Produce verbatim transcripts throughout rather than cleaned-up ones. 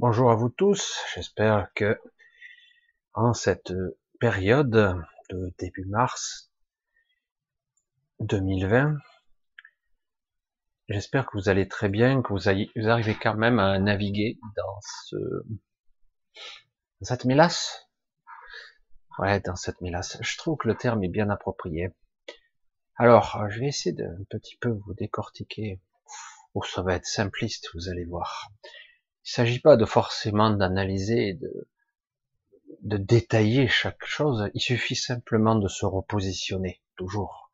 Bonjour à vous tous, j'espère que en cette période de début mars deux mille vingt, j'espère que vous allez très bien, que vous, ayez- vous arrivez quand même à naviguer dans, ce, dans cette mélasse. Ouais, dans cette mélasse. Je trouve que le terme est bien approprié. Alors, je vais essayer de un petit peu vous décortiquer. Oh, ça va être simpliste, vous allez voir. Il ne s'agit pas de forcément d'analyser et de, de détailler chaque chose. Il suffit simplement de se repositionner, toujours.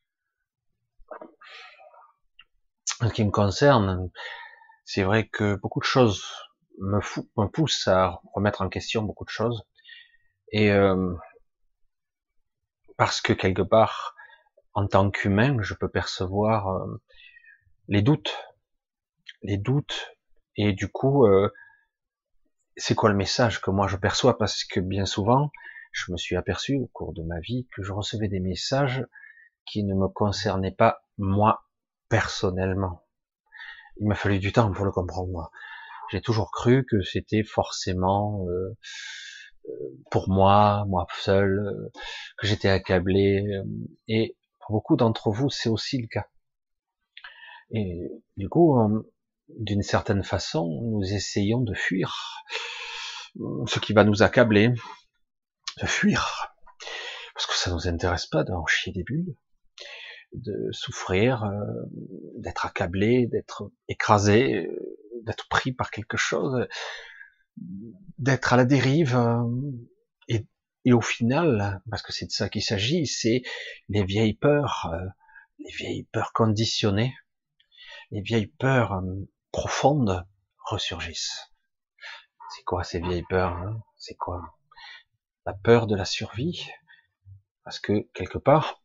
En ce qui me concerne, c'est vrai que beaucoup de choses me, fou, me poussent à remettre en question beaucoup de choses. Et euh, parce que quelque part, en tant qu'humain, je peux percevoir euh, les doutes, les doutes. Et du coup, euh, c'est quoi le message que moi je perçois? Parce que bien souvent, je me suis aperçu au cours de ma vie que je recevais des messages qui ne me concernaient pas moi personnellement. Il m'a fallu du temps pour le comprendre, moi. J'ai toujours cru que c'était forcément euh, pour moi, moi seul, euh, que j'étais accablé. euh, Et pour beaucoup d'entre vous, c'est aussi le cas. Et du coup, on- d'une certaine façon, nous essayons de fuir euh, ce qui va nous accabler, de fuir, parce que ça nous intéresse pas d'en chier des bulles, de souffrir, euh, d'être accablé, d'être écrasé, euh, d'être pris par quelque chose, d'être à la dérive. euh, et, et au final, parce que c'est de ça qu'il s'agit, c'est les vieilles peurs, euh, les vieilles peurs conditionnées, les vieilles peurs euh, profondes ressurgissent. C'est quoi ces vieilles peurs, hein? C'est quoi? La peur de la survie, parce que quelque part,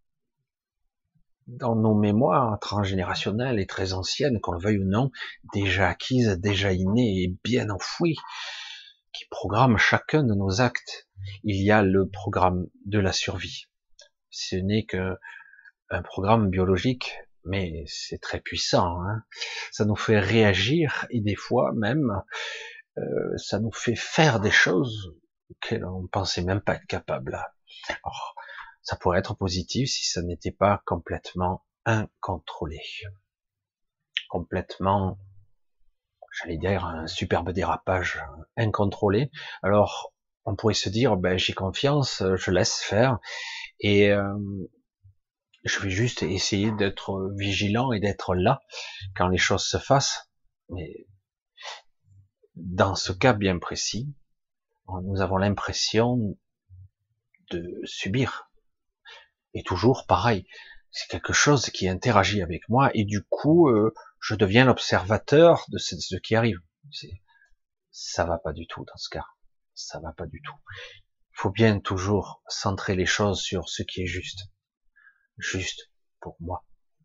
dans nos mémoires transgénérationnelles et très anciennes, qu'on le veuille ou non, déjà acquises, déjà innées et bien enfouies, qui programment chacun de nos actes, il y a le programme de la survie. Ce n'est que un programme biologique, mais c'est très puissant. Hein. Ça nous fait réagir et des fois même, euh, ça nous fait faire des choses auxquelles on pensait même pas être capable. Alors, ça pourrait être positif si ça n'était pas complètement incontrôlé, complètement, j'allais dire, un superbe dérapage incontrôlé. Alors, on pourrait se dire, ben j'ai confiance, je laisse faire et euh, je vais juste essayer d'être vigilant et d'être là quand les choses se fassent. Mais dans ce cas bien précis, nous avons l'impression de subir. Et toujours pareil, c'est quelque chose qui interagit avec moi et du coup, euh, je deviens l'observateur de ce, ce qui arrive. C'est, ça va pas du tout dans ce cas. Ça va pas du tout. Il faut bien toujours centrer les choses sur ce qui est juste. Juste pour moi.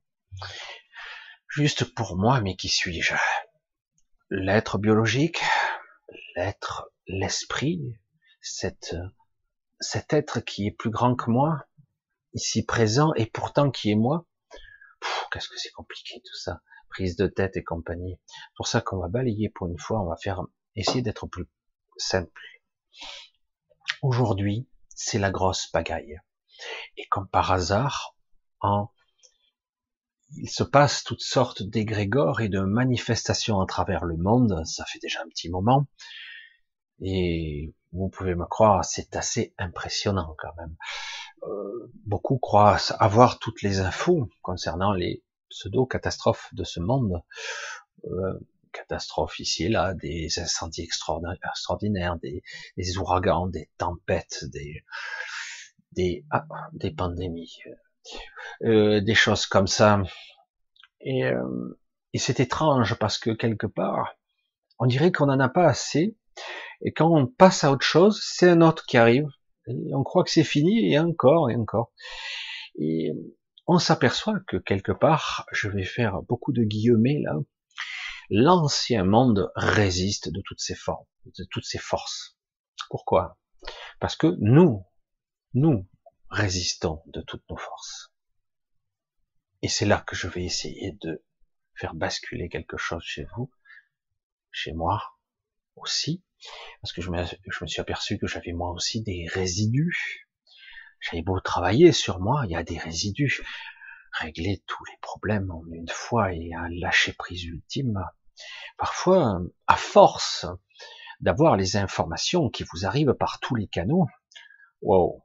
Juste pour moi, mais qui suis-je? L'être biologique, l'être, l'esprit, cette, cet être qui est plus grand que moi, ici présent, et pourtant qui est moi. Pff, qu'est-ce que c'est compliqué tout ça, prise de tête et compagnie. C'est pour ça qu'on va balayer pour une fois, on va faire, essayer d'être plus simple. Aujourd'hui, c'est la grosse pagaille. Et comme par hasard, en, il se passe toutes sortes d'égrégores et de manifestations à travers le monde, ça fait déjà un petit moment, et vous pouvez me croire, c'est assez impressionnant quand même. Euh, beaucoup croient avoir toutes les infos concernant les pseudo-catastrophes de ce monde. Euh, catastrophes ici et là, des incendies extraordinaires, des, des ouragans, des tempêtes, des, des, ah, des pandémies, euh, des choses comme ça. Et, euh, et c'est étrange parce que quelque part, on dirait qu'on n'en a pas assez. Et quand on passe à autre chose, c'est un autre qui arrive. Et on croit que c'est fini, et encore, et encore. Et on s'aperçoit que quelque part, je vais faire beaucoup de guillemets là, l'ancien monde résiste de toutes ses formes, de toutes ses forces. Pourquoi? Parce que nous, nous résistons de toutes nos forces. Et c'est là que je vais essayer de faire basculer quelque chose chez vous, chez moi, aussi, parce que je me, je me suis aperçu que j'avais moi aussi des résidus. J'avais beau travailler sur moi, il y a des résidus. Régler tous les problèmes en une fois et un lâcher prise ultime. Parfois, à force d'avoir les informations qui vous arrivent par tous les canaux, wow.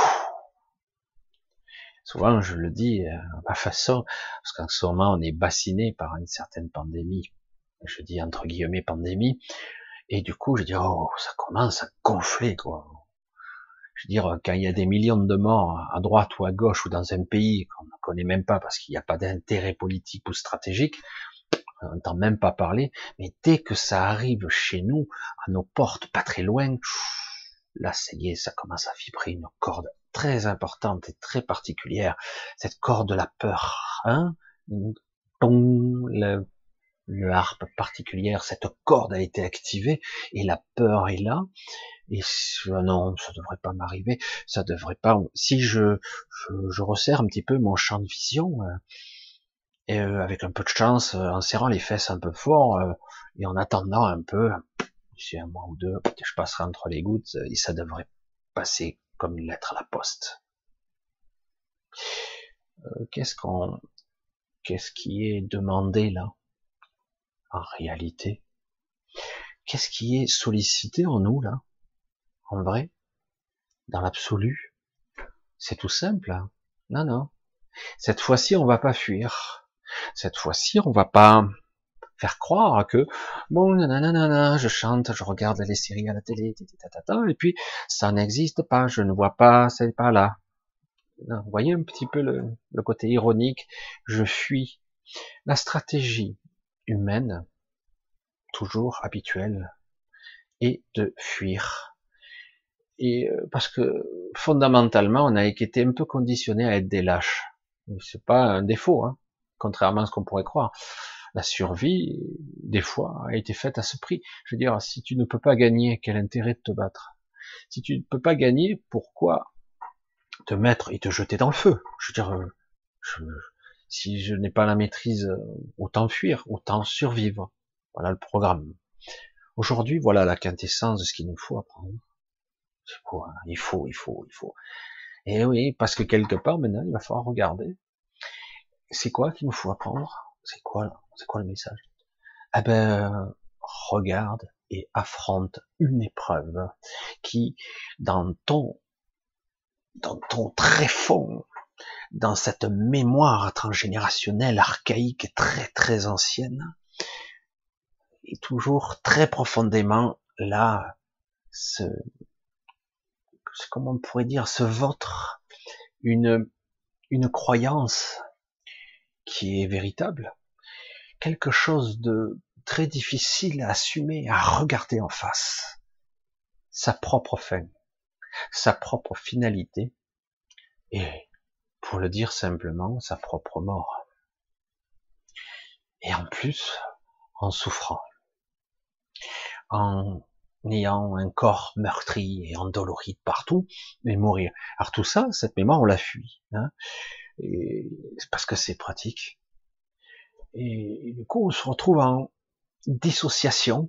Souvent, je le dis à ma façon, parce qu'en ce moment, on est bassiné par une certaine pandémie. Je dis entre guillemets pandémie. Et du coup, je dis, oh, ça commence à gonfler, quoi. Je veux dire, quand il y a des millions de morts à droite ou à gauche ou dans un pays qu'on ne connaît même pas parce qu'il n'y a pas d'intérêt politique ou stratégique, on n'entend même pas parler, mais dès que ça arrive chez nous, à nos portes, pas très loin, là, ça y est, ça commence à vibrer une corde très importante et très particulière, cette corde de la peur, hein, Pong, le, le harpe particulière, cette corde a été activée et la peur est là. Et non, ça devrait pas m'arriver, ça devrait pas. Si je, je, je resserre un petit peu mon champ de vision, euh, et euh, avec un peu de chance, euh, en serrant les fesses un peu fort, euh, et en attendant un peu, d'ici un mois ou deux, je passerai entre les gouttes, et ça devrait passer comme une lettre à la poste. Euh, qu'est-ce qu'on, qu'est-ce qui est demandé là, en réalité? Qu'est-ce qui est sollicité en nous là, en vrai, dans l'absolu? C'est tout simple. Hein. Non, non. Cette fois-ci, on va pas fuir. Cette fois-ci, on va pas faire croire que bon, nanana, je chante, je regarde les séries à la télé, tata, et puis ça n'existe pas, je ne vois pas, c'est pas là. Vous voyez un petit peu le, le côté ironique. Je fuis. La stratégie humaine, toujours habituelle, est de fuir. Et parce que fondamentalement, on a été un peu conditionné à être des lâches. C'est pas un défaut, hein, contrairement à ce qu'on pourrait croire. La survie, des fois, a été faite à ce prix. Je veux dire, si tu ne peux pas gagner, quel intérêt de te battre? Si tu ne peux pas gagner, pourquoi te mettre et te jeter dans le feu? Je veux dire, je, si je n'ai pas la maîtrise, autant fuir, autant survivre. Voilà le programme. Aujourd'hui, voilà la quintessence de ce qu'il nous faut apprendre. C'est quoi? Il faut, il faut, il faut. Et oui, parce que quelque part, maintenant, il va falloir regarder. C'est quoi qu'il nous faut apprendre? C'est quoi, c'est quoi le message? Eh ben, regarde et affronte une épreuve qui, dans ton, dans ton tréfonds, dans cette mémoire transgénérationnelle, archaïque, et très très ancienne, est toujours très profondément là, ce, comment on pourrait dire, ce vôtre, une, une croyance qui est véritable, quelque chose de très difficile à assumer, à regarder en face, sa propre fin, sa propre finalité, et pour le dire simplement, sa propre mort. Et en plus, en souffrant, en ayant un corps meurtri et endolori de partout, et mourir. Alors tout ça, cette mémoire, on la fuit, hein, et c'est parce que c'est pratique. Et, et du coup, on se retrouve en dissociation.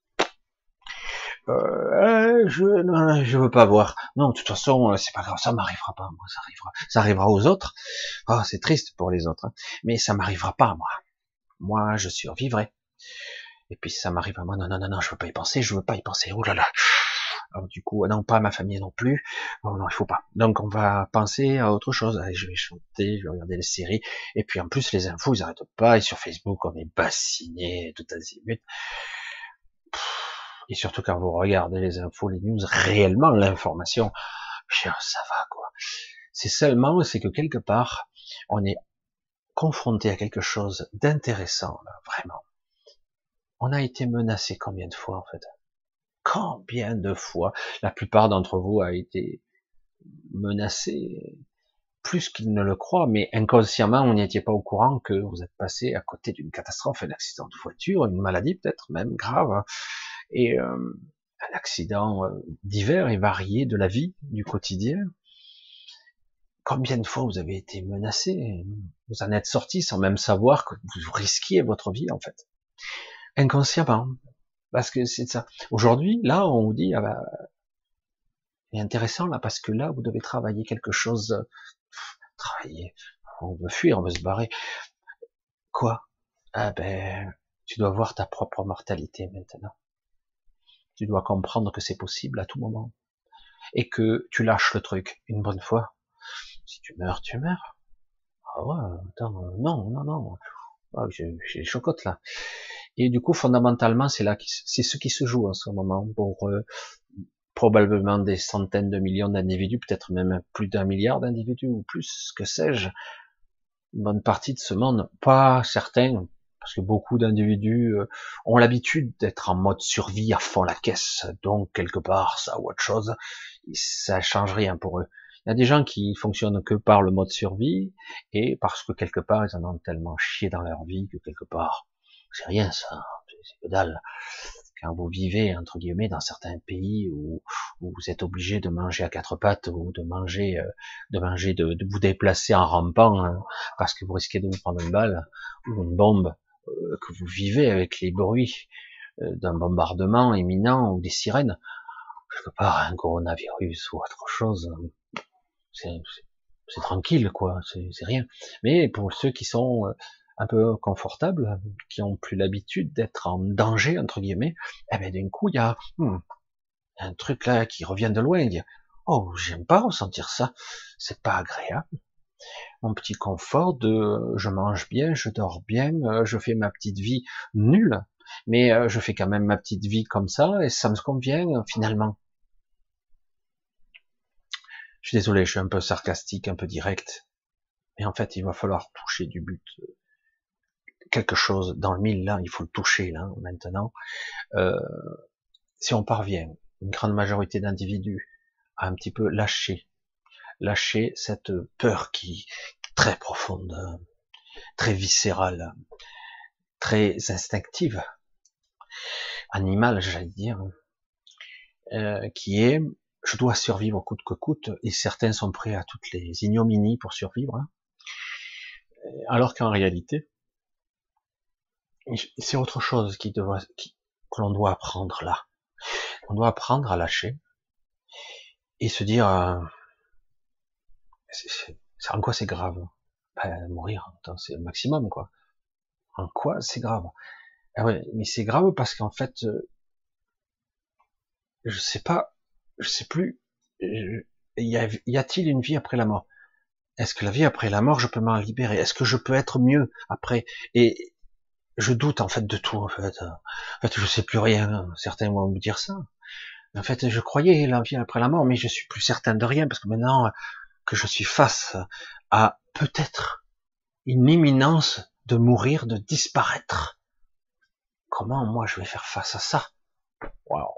Euh, je, non, je veux pas voir. Non, de toute façon, c'est pas grave, ça m'arrivera pas, moi, ça arrivera, ça arrivera aux autres. Oh, c'est triste pour les autres, hein, mais ça m'arrivera pas, moi. Moi, je survivrai. Et puis ça m'arrive à moi, non, non, non, non, je veux pas y penser, je veux pas y penser, oh là là. Alors du coup, non, pas à ma famille non plus, oh non, il faut pas. Donc on va penser à autre chose, allez, je vais chanter, je vais regarder les séries, et puis en plus les infos, ils arrêtent pas, et sur Facebook, on est bassiné, tout azimut. Et surtout quand vous regardez les infos, les news, réellement l'information, ça va quoi. C'est seulement, c'est que quelque part, on est confronté à quelque chose d'intéressant, là, vraiment. On a été menacé combien de fois en fait? Combien de fois? La plupart d'entre vous a été menacé plus qu'ils ne le croient, mais inconsciemment, vous n'étiez pas au courant que vous êtes passé à côté d'une catastrophe, un accident de voiture, une maladie peut-être même grave, et euh, un accident euh, divers et varié de la vie, du quotidien. Combien de fois vous avez été menacé? Vous en êtes sorti sans même savoir que vous risquiez votre vie en fait. Inconsciemment. Parce que c'est ça. Aujourd'hui, là, on vous dit, ah bah, c'est intéressant là, parce que là, vous devez travailler quelque chose, pff, travailler, on veut fuir, on veut se barrer. Quoi? Ah ben, tu dois voir ta propre mortalité maintenant. Tu dois comprendre que c'est possible à tout moment. Et que tu lâches le truc une bonne fois. Si tu meurs, tu meurs. Ah ouais, attends, non, non, non. Ah, j'ai j'ai les chocottes là. Et du coup, fondamentalement, c'est là, qui- c'est ce qui se joue en ce moment pour euh, probablement des centaines de millions d'individus, peut-être même plus d'un milliard d'individus ou plus, que sais-je, une bonne partie de ce monde, pas certains, parce que beaucoup d'individus euh, ont l'habitude d'être en mode survie à fond la caisse, donc quelque part ça ou autre chose, ça change rien pour eux. Il y a des gens qui fonctionnent que par le mode survie, et parce que quelque part ils en ont tellement chié dans leur vie que quelque part, c'est rien ça, c'est que dalle. Quand vous vivez, entre guillemets, dans certains pays où, où vous êtes obligé de manger à quatre pattes ou de manger, euh, de manger, de, de vous déplacer en rampant, hein, parce que vous risquez de vous prendre une balle ou une bombe, euh, que vous vivez avec les bruits euh, d'un bombardement imminent ou des sirènes, quelque part un coronavirus ou autre chose, c'est c'est tranquille, quoi, c'est c'est rien. Mais pour ceux qui sont euh, un peu confortables, qui ont plus l'habitude d'être en danger entre guillemets, eh ben d'un coup il y a hmm, un truc là qui revient de loin. Il dit, oh, j'aime pas ressentir ça, c'est pas agréable. Mon petit confort de, je mange bien, je dors bien, euh, je fais ma petite vie nulle, mais euh, je fais quand même ma petite vie comme ça et ça me convient euh, finalement. Je suis désolé, je suis un peu sarcastique, un peu direct, mais en fait il va falloir toucher du but. Quelque chose dans le mille là, il faut le toucher là maintenant. Euh, si on parvient, une grande majorité d'individus, à un petit peu lâcher, lâcher cette peur qui est très profonde, très viscérale, très instinctive, animale, j'allais dire, euh, qui est je dois survivre coûte que coûte, et certains sont prêts à toutes les ignominies pour survivre, hein, alors qu'en réalité, c'est autre chose qui devrait, qui, que l'on doit apprendre là. On doit apprendre à lâcher et se dire, euh, c'est, c'est, c'est- en quoi c'est grave? Ben, mourir, attends, c'est le maximum, quoi. En quoi c'est grave? Ah ouais, mais c'est grave parce qu'en fait, euh, je sais pas, je sais plus, euh, y a, y a-t-il une vie après la mort? Est-ce que la vie après la mort, je peux m'en libérer? Est-ce que je peux être mieux après? Et je doute en fait de tout, en fait. En fait, je sais plus rien. Certains vont me dire ça. En fait, je croyais la vie après la mort, mais je suis plus certain de rien parce que maintenant que je suis face à peut-être une imminence de mourir, de disparaître. Comment moi je vais faire face à ça? Waouh!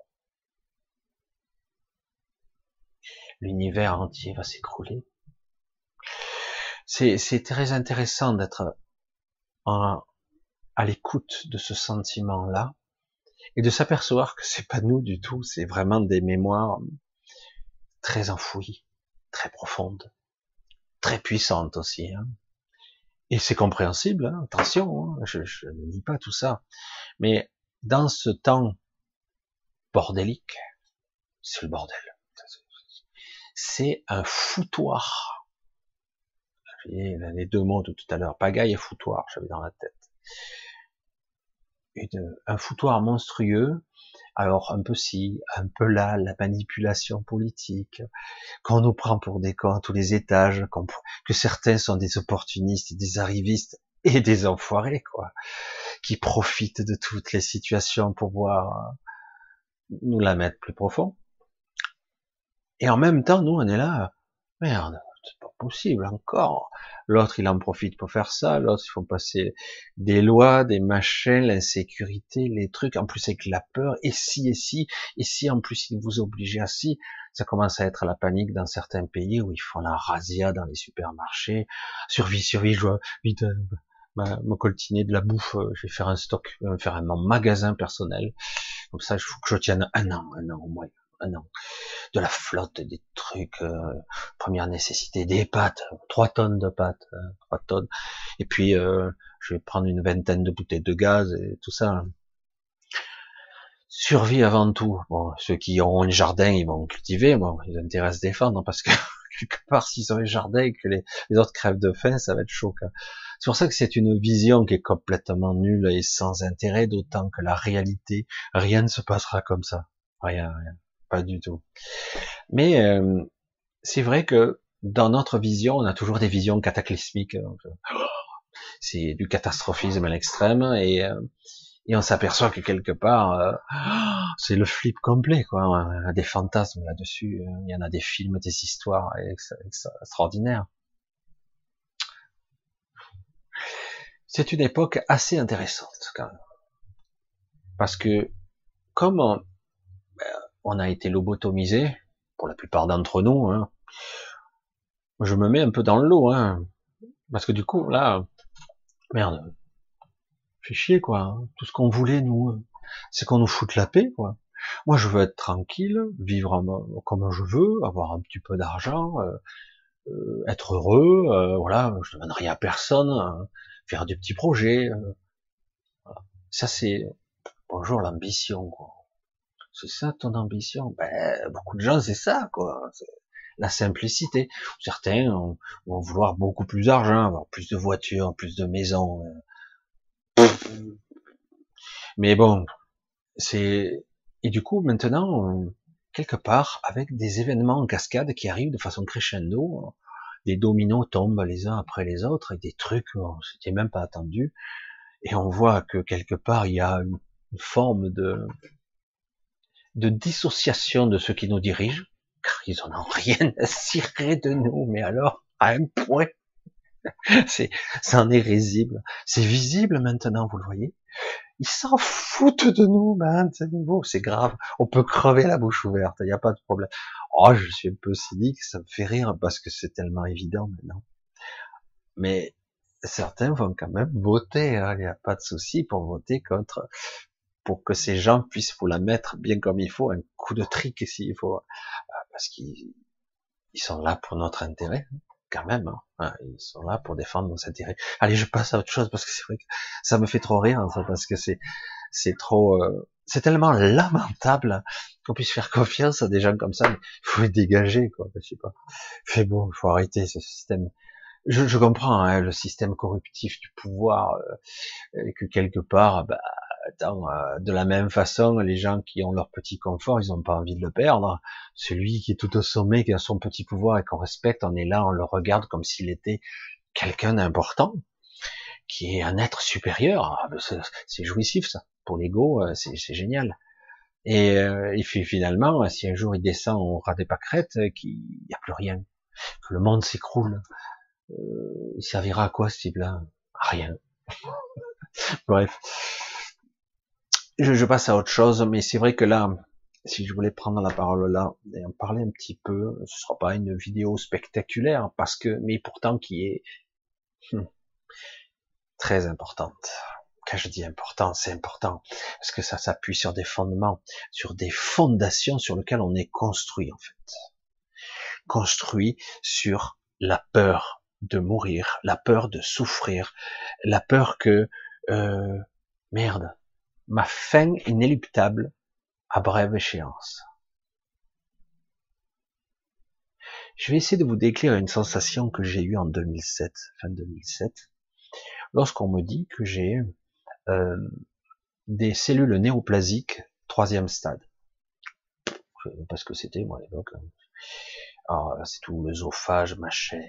L'univers entier va s'écrouler. C'est, c'est très intéressant d'être en, à l'écoute de ce sentiment-là et de s'apercevoir que c'est pas nous du tout, c'est vraiment des mémoires très enfouies, très profondes, très puissantes aussi. Hein. Et c'est compréhensible, hein, attention, hein, je, je ne dis pas tout ça. Mais dans ce temps bordélique, c'est le bordel. C'est un foutoir. Les deux mots de tout à l'heure, pagaille et foutoir, j'avais dans la tête. Une, un foutoir monstrueux, alors un peu ci, un peu là, la manipulation politique, qu'on nous prend pour des cons à tous les étages, que certains sont des opportunistes, des arrivistes et des enfoirés, quoi, qui profitent de toutes les situations pour pouvoir nous la mettre plus profond. Et en même temps, nous, on est là, merde, c'est pas possible encore. L'autre, il en profite pour faire ça, l'autre, il faut passer des lois, des machins, l'insécurité, les trucs, en plus avec la peur, et si, et si, et si, en plus, il vous oblige à si, ça commence à être la panique dans certains pays où ils font la razzia dans les supermarchés, survie, survie, je dois vite euh, me coltiner de la bouffe, je vais faire un stock, je vais faire un magasin personnel, comme ça, il faut que je tienne un an, un an au moins, un an de la flotte, des trucs, euh, première nécessité, des pâtes, trois tonnes de pâtes, euh, trois tonnes, et puis euh, je vais prendre une vingtaine de bouteilles de gaz et tout ça. Survie avant tout. Bon, ceux qui auront un jardin, ils vont cultiver. Bon, ils ont intérêt à se défendre parce que quelque part, s'ils ont un jardin et que les, les autres crèvent de faim, ça va être chaud. Quoi. C'est pour ça que c'est une vision qui est complètement nulle et sans intérêt, d'autant que la réalité, rien ne se passera comme ça. Rien, rien, pas du tout. Mais euh, c'est vrai que dans notre vision, on a toujours des visions cataclysmiques. Donc, c'est du catastrophisme à l'extrême et euh, et on s'aperçoit que quelque part euh, c'est le flip complet quoi. On a des fantasmes là-dessus, il y en a des films, des histoires ex ex extraordinaires. C'est une époque assez intéressante quand même, parce que comme on, ben, on a été lobotomisé pour la plupart d'entre nous, hein, je me mets un peu dans le lot, hein, parce que du coup là, merde, fait chier quoi. Hein. Tout ce qu'on voulait nous, c'est qu'on nous foute la paix quoi. Moi je veux être tranquille, vivre comme je veux, avoir un petit peu d'argent, euh, euh, être heureux, euh, voilà, je demande rien à personne, euh, faire des petits projets. Euh, voilà. Ça c'est bonjour l'ambition quoi. C'est ça ton ambition. Ben beaucoup de gens c'est ça quoi. C'est la simplicité. Certains vont, vont vouloir beaucoup plus d'argent, avoir plus de voitures, plus de maisons. Euh. Mais bon, c'est et du coup maintenant quelque part avec des événements en cascade qui arrivent de façon crescendo, des dominos tombent les uns après les autres et des trucs on s'était même pas attendu et on voit que quelque part il y a une, une forme de de dissociation de ceux qui nous dirigent car ils en ont rien à cirer de nous mais alors à un point c'est ça en est risible, c'est visible maintenant vous le voyez. Ils s'en foutent de nous, man, c'est nouveau, c'est grave. On peut crever la bouche ouverte, il n'y a pas de problème. Oh, je suis un peu cynique, ça me fait rire parce que c'est tellement évident maintenant. Mais certains vont quand même voter, hein, il n'y a pas de souci pour voter contre, pour que ces gens puissent vous la mettre bien comme il faut, un coup de trick s'il faut, parce qu'ils ils sont là pour notre intérêt, quand même. Hein. Ils sont là pour défendre nos intérêts. Allez, je passe à autre chose parce que c'est vrai que ça me fait trop rire, ça, parce que c'est c'est trop, euh, c'est tellement lamentable qu'on puisse faire confiance à des gens comme ça. Mais il faut les dégager, quoi. Je sais pas. C'est bon, il faut arrêter ce système. Je, je comprends hein, le système corruptif du pouvoir, euh, et que quelque part, bah, attends, euh, de la même façon, les gens qui ont leur petit confort, ils n'ont pas envie de le perdre. Celui qui est tout au sommet, qui a son petit pouvoir et qu'on respecte, on est là, on le regarde comme s'il était quelqu'un d'important, qui est un être supérieur. Ah, c'est, c'est jouissif ça. Pour l'ego, euh, c'est, c'est génial. Et, euh, et puis finalement, si un jour il descend au ras des pâquerettes, euh, qu'il n'y a plus rien, que le monde s'écroule, euh, il servira à quoi ce type-là? À rien. Bref. Je, je passe à autre chose, mais c'est vrai que là, si je voulais prendre la parole là et en parler un petit peu, ce sera pas une vidéo spectaculaire, parce que, mais pourtant qui est hmm, très importante. Quand je dis important, c'est important, parce que ça s'appuie sur des fondements, sur des fondations sur lesquelles on est construit en fait. Construit sur la peur de mourir, la peur de souffrir, la peur que, euh, merde, ma fin inéluctable à brève échéance. Je vais essayer de vous décrire une sensation que j'ai eue en deux mille sept, fin deux mille sept, lorsqu'on me dit que j'ai euh, des cellules néoplasiques troisième stade. Je ne sais pas ce que c'était moi à l'époque. Alors c'est tout l'œsophage, machin.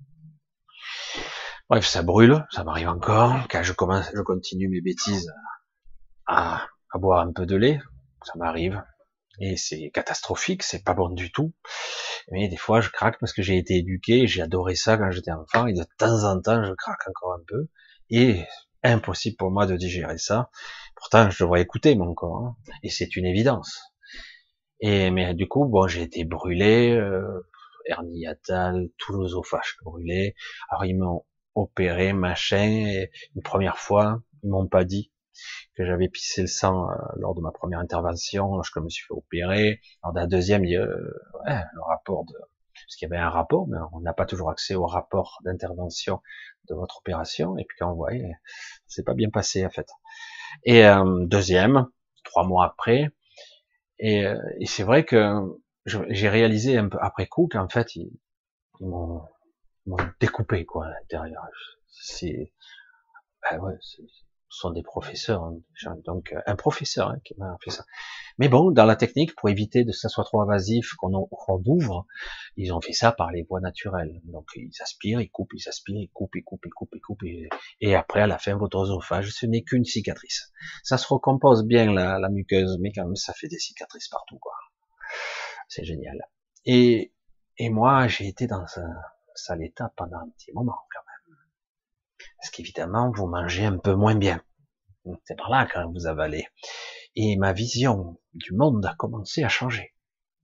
Bref, ça brûle, ça m'arrive encore. Quand je commence, je continue mes bêtises à, à boire un peu de lait, ça m'arrive. Et c'est catastrophique, c'est pas bon du tout. Mais des fois, je craque parce que j'ai été éduqué, j'ai adoré ça quand j'étais enfant, et de temps en temps, je craque encore un peu. Et impossible pour moi de digérer ça. Pourtant, je devrais écouter mon corps, hein. Et c'est une évidence. Et mais du coup, bon, j'ai été brûlé, euh, hernie hiatale, tout l'œsophage brûlé. Alors ils m'ont opéré, machin. Et une première fois, ils m'ont pas dit que j'avais pissé le sang euh, lors de ma première intervention, lorsque je me suis fait opérer. Lors de la deuxième, il y a euh, ouais, le rapport de... Parce qu'il y avait un rapport, mais on n'a pas toujours accès au rapport d'intervention de votre opération. Et puis quand on voit, c'est pas bien passé en fait. Et euh, deuxième, trois mois après. Et, euh, et c'est vrai que j'ai réalisé un peu après coup qu'en fait, ils, ils m'ont m'ont découpé quoi à l'intérieur. C'est, ben ouais, ce sont des professeurs, hein, donc euh, un professeur hein, qui m'a fait ça. Mais bon, dans la technique, pour éviter de que ça soit trop invasif, qu'on en- qu'on ouvre, ils ont fait ça par les voies naturelles. Donc ils aspirent, ils coupent, ils aspirent, ils coupent, ils coupent, ils coupent, ils coupent, et, et après à la fin votre oesophage, ce n'est qu'une cicatrice. Ça se recompose bien la, la muqueuse, mais quand même ça fait des cicatrices partout quoi. C'est génial. Et et moi j'ai été dans un sale état pendant un petit moment quand même, parce qu'évidemment vous mangez un peu moins bien. C'est par là quand vous avalez. Et ma vision du monde a commencé à changer.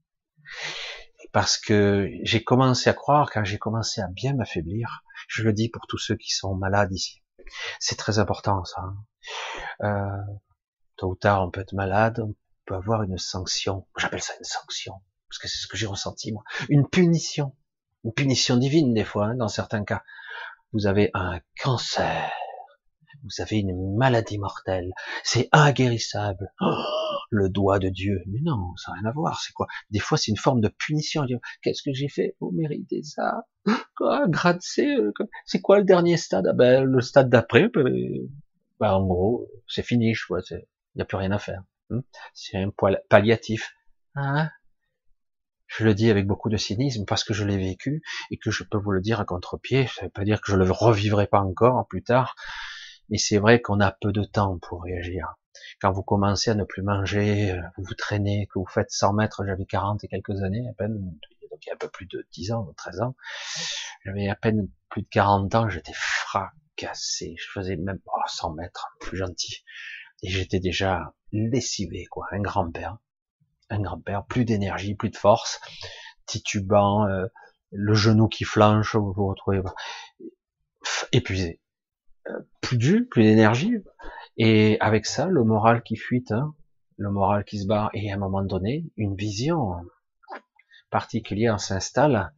Parce que j'ai commencé à croire, quand j'ai commencé à bien m'affaiblir, je le dis pour tous ceux qui sont malades ici, c'est très important ça. Euh, tôt ou tard on peut être malade, on peut avoir une sanction, j'appelle ça une sanction, parce que c'est ce que j'ai ressenti moi, une punition, une punition divine des fois, hein, dans certains cas. Vous avez un cancer, vous avez une maladie mortelle, c'est inguérissable. Oh, le doigt de Dieu. Mais non, ça n'a rien à voir. C'est quoi? Des fois, c'est une forme de punition. Qu'est-ce que j'ai fait? Vous méritez ça. Quoi? Grade C? C'est quoi le dernier stade? Ah ben, le stade d'après, ben, ben, en gros, c'est fini, je vois. Il n'y a plus rien à faire. C'est un poil palliatif. Hein? Je le dis avec beaucoup de cynisme parce que je l'ai vécu et que je peux vous le dire à contre-pied. Ça ne veut pas dire que je le revivrai pas encore plus tard. Mais c'est vrai qu'on a peu de temps pour réagir. Quand vous commencez à ne plus manger, vous vous traînez, que vous faites cent mètres, j'avais quarante et quelques années à peine, donc il y a un peu plus de dix ans, treize ans, j'avais à peine plus de quarante ans, j'étais fracassé, je faisais même oh, cent mètres, plus gentil, et j'étais déjà lessivé, quoi, un grand-père, un grand-père, plus d'énergie, plus de force, titubant, euh, le genou qui flanche, vous vous retrouvez épuisé, euh, plus de plus d'énergie, et avec ça, le moral qui fuite, hein, le moral qui se barre, et à un moment donné, une vision particulière s'installe,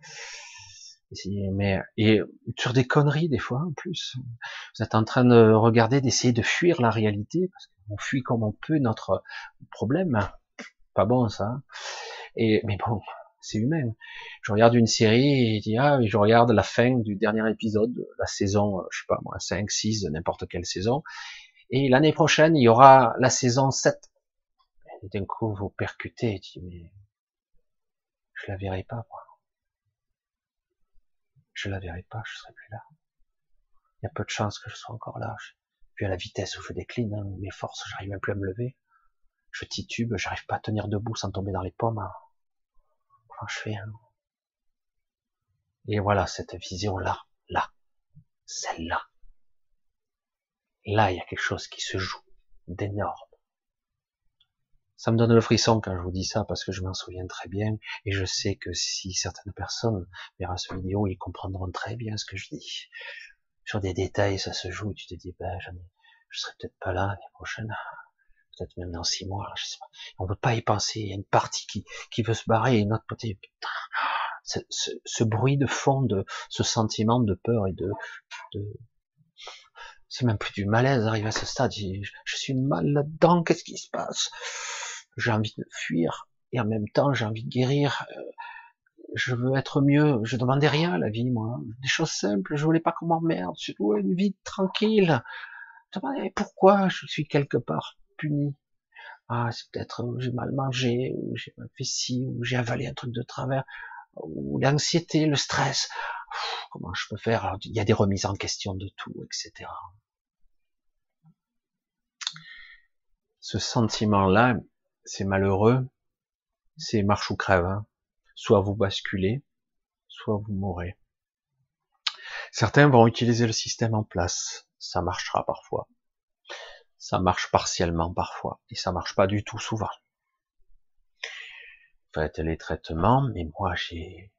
mais et sur des conneries des fois en plus. Vous êtes en train de regarder, d'essayer de fuir la réalité, parce qu'on fuit comme on peut notre problème. Pas bon ça. Et mais bon, c'est humain. Je regarde une série et je dis ah, je regarde la fin du dernier épisode, la saison, je sais pas moi, cinq, six, n'importe quelle saison. Et l'année prochaine, il y aura la saison sept. Et d'un coup, vous percutez, et tu dis, mais je la verrai pas, moi. Je la verrai pas, je serai plus là. Il y a peu de chances que je sois encore là. Puis à la vitesse où je décline, hein, mes forces, j'arrive même plus à me lever. Je titube, j'arrive pas à tenir debout sans tomber dans les pommes. Hein. Comment je fais, hein. Et voilà, cette vision-là, là, celle-là. Là, il y a quelque chose qui se joue d'énorme. Ça me donne le frisson quand je vous dis ça, parce que je m'en souviens très bien, et je sais que si certaines personnes verront cette vidéo, ils comprendront très bien ce que je dis. Sur des détails, ça se joue, tu te dis, ben, j'en ai, je serai peut-être pas là l'année prochaine, peut-être même dans six mois, je sais pas. On peut pas y penser, il y a une partie qui, qui veut se barrer, et une autre côté, putain, ce, ce, ce bruit de fond, de, ce sentiment de peur et de, de, c'est même plus du malaise d'arriver à ce stade, je, je suis mal là-dedans, qu'est-ce qui se passe? J'ai envie de fuir, et en même temps, j'ai envie de guérir, je veux être mieux, je demandais rien à la vie, moi, des choses simples, je voulais pas qu'on m'emmerde, surtout une vie tranquille, je demandais pourquoi je suis quelque part puni. Ah, c'est peut-être j'ai mal mangé, ou j'ai mal fait ci, ou j'ai avalé un truc de travers, ou l'anxiété, le stress, comment je peux faire? Alors, il y a des remises en question de tout, et cetera. Ce sentiment-là, c'est malheureux, c'est marche ou crève, hein. Soit vous basculez, soit vous mourrez. Certains vont utiliser le système en place, ça marchera parfois, ça marche partiellement parfois, et ça marche pas du tout souvent. Faites les traitements, mais moi j'ai,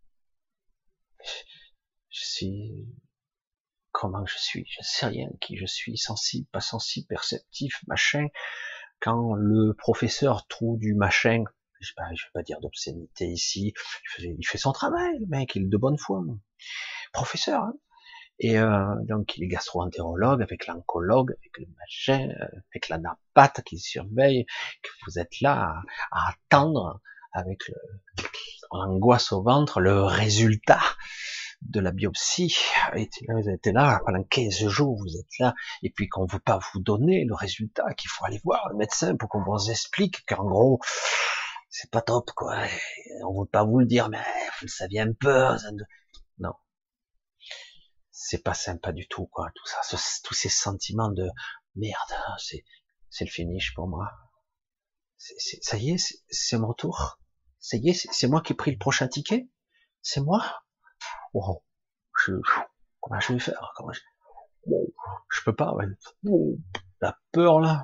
je suis, comment je suis, je sais rien qui je suis, sensible, pas sensible, perceptif, machin. Quand le professeur trouve du machin, je sais pas, je vais pas dire d'obscénité ici, il fait, il fait son travail, le mec, il est de bonne foi, professeur, hein. Et euh, donc il est gastro-entérologue avec l'oncologue, avec le machin, euh, avec la napate qui surveille, que vous êtes là à, à attendre avec le, l'angoisse au ventre, le résultat de la biopsie. Et là, vous êtes là pendant quinze jours, vous êtes là, et puis qu'on ne veut pas vous donner le résultat, qu'il faut aller voir le médecin pour qu'on vous explique qu'en gros, c'est pas top, quoi. Et on veut pas vous le dire, mais vous le saviez un peu. Non. C'est pas sympa du tout, quoi. Tout ça, ce, tous ces sentiments de merde, c'est, c'est le finish pour moi. C'est, c'est, ça y est, c'est, c'est mon tour. Ça y est, c'est, c'est moi qui ai pris le prochain ticket. C'est moi. Wow. Je, comment je vais faire? Comment je, wow. Je peux pas. Ouais. Wow. La peur là.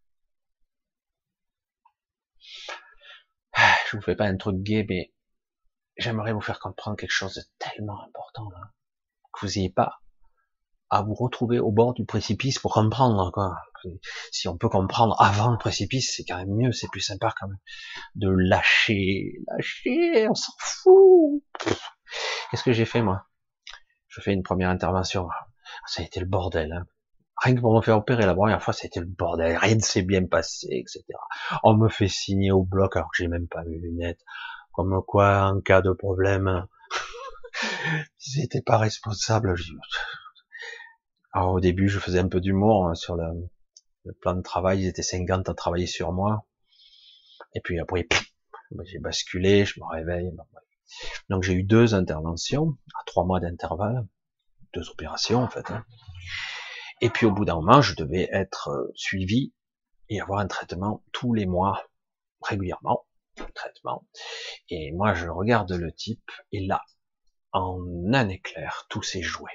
Je vous fais pas un truc gay, mais j'aimerais vous faire comprendre quelque chose de tellement important là, que vous n'ayez pas à vous retrouver au bord du précipice pour comprendre, quoi. Si on peut comprendre avant le précipice, c'est quand même mieux, c'est plus sympa quand même. De lâcher, lâcher, on s'en fout. Qu'est-ce que j'ai fait, moi? Je fais une première intervention. Ça a été le bordel, hein. Rien que pour me faire opérer la première fois, ça a été le bordel. Rien ne s'est bien passé, et cetera. On me fait signer au bloc alors que j'ai même pas mes lunettes. Comme quoi, en cas de problème, ils n'étaient pas responsables. Alors au début, je faisais un peu d'humour sur le, le plan de travail. Ils étaient cinquante à travailler sur moi. Et puis après, j'ai basculé, je me réveille. Donc j'ai eu deux interventions à trois mois d'intervalle, deux opérations en fait. Et puis au bout d'un moment, je devais être suivi et avoir un traitement tous les mois, régulièrement, un traitement. Et moi, je regarde le type et là, en un éclair, tout s'est joué.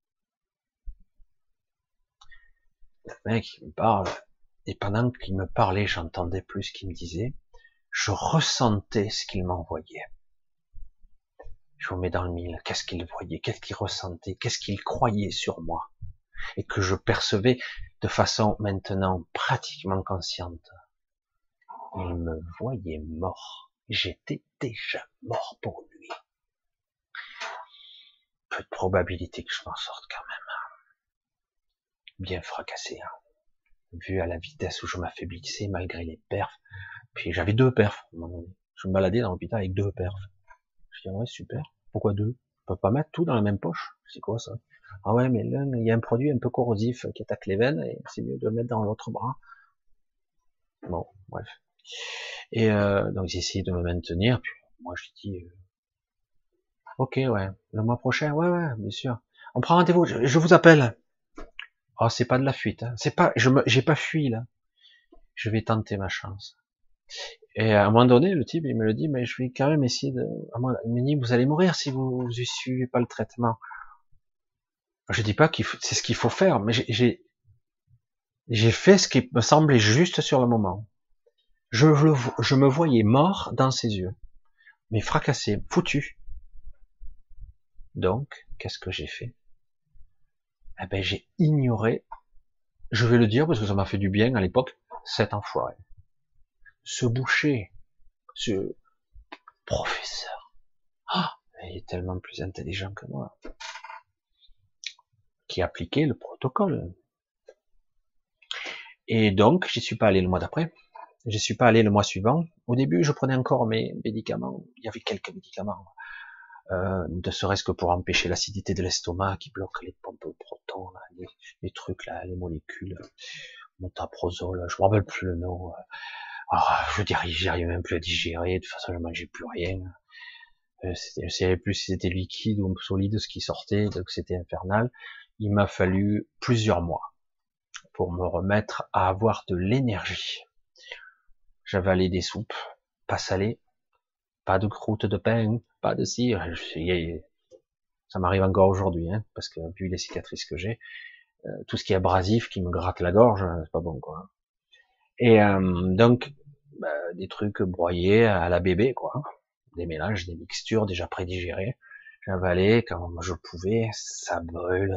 Le mec, il me parle, et pendant qu'il me parlait, j'entendais plus ce qu'il me disait. Je ressentais ce qu'il m'envoyait. Je vous mets dans le mille. Qu'est-ce qu'il voyait? Qu'est-ce qu'il ressentait? Qu'est-ce qu'il croyait sur moi? Et que je percevais de façon maintenant pratiquement consciente. Il me voyait mort. J'étais déjà mort pour lui. Peu de probabilité que je m'en sorte quand même. Bien fracassé. Hein. Vu à la vitesse où je m'affaiblissais malgré les perfs. Puis j'avais deux perfs. Je me baladais dans l'hôpital avec deux perfs. Je dis ouais super. Pourquoi deux? On peut pas mettre tout dans la même poche. C'est quoi ça? Ah ouais mais là il y a un produit un peu corrosif qui attaque les veines et c'est mieux de le mettre dans l'autre bras. Bon bref. Et euh, donc j'ai essayé de me maintenir. Puis moi je dis euh, ok ouais le mois prochain ouais ouais bien sûr. On prend rendez-vous. Je, je vous appelle. Oh c'est pas de la fuite. Hein. C'est pas je me j'ai pas fui là. Je vais tenter ma chance. Et à un moment donné, le type, il me le dit, mais je vais quand même essayer de, il me dit, vous allez mourir si vous ne suivez pas le traitement. Je dis pas qu'il faut, c'est ce qu'il faut faire, mais j'ai, j'ai fait ce qui me semblait juste sur le moment. Je, le, je me voyais mort dans ses yeux, mais fracassé, foutu. Donc, qu'est-ce que j'ai fait? Eh ben, j'ai ignoré, je vais le dire parce que ça m'a fait du bien à l'époque, cet enfoiré. Ce boucher, ce professeur, oh, il est tellement plus intelligent que moi, qui appliquait le protocole. Et donc, j'y suis pas allé le mois d'après. Je suis pas allé le mois suivant. Au début, je prenais encore mes médicaments. Il y avait quelques médicaments, euh, ne serait-ce que pour empêcher l'acidité de l'estomac, qui bloque les pompes de protons, là, les, les trucs là, les molécules, motaprosol, je me rappelle plus le nom. Ah, je dirais, j'arrivais même plus à digérer. De toute façon, je mangeais plus rien. Euh, je savais plus si c'était liquide ou solide ce qui sortait, donc c'était infernal. Il m'a fallu plusieurs mois pour me remettre à avoir de l'énergie. J'avalais des soupes, pas salées, pas de croûte de pain, pas de cire. Ça m'arrive encore aujourd'hui, hein, parce que vu les cicatrices que j'ai, euh, tout ce qui est abrasif, qui me gratte la gorge, c'est pas bon, quoi. Et euh, donc, bah, des trucs broyés à la bébé, quoi. Des mélanges, des mixtures déjà prédigérées. J'avalais quand je pouvais, ça brûle.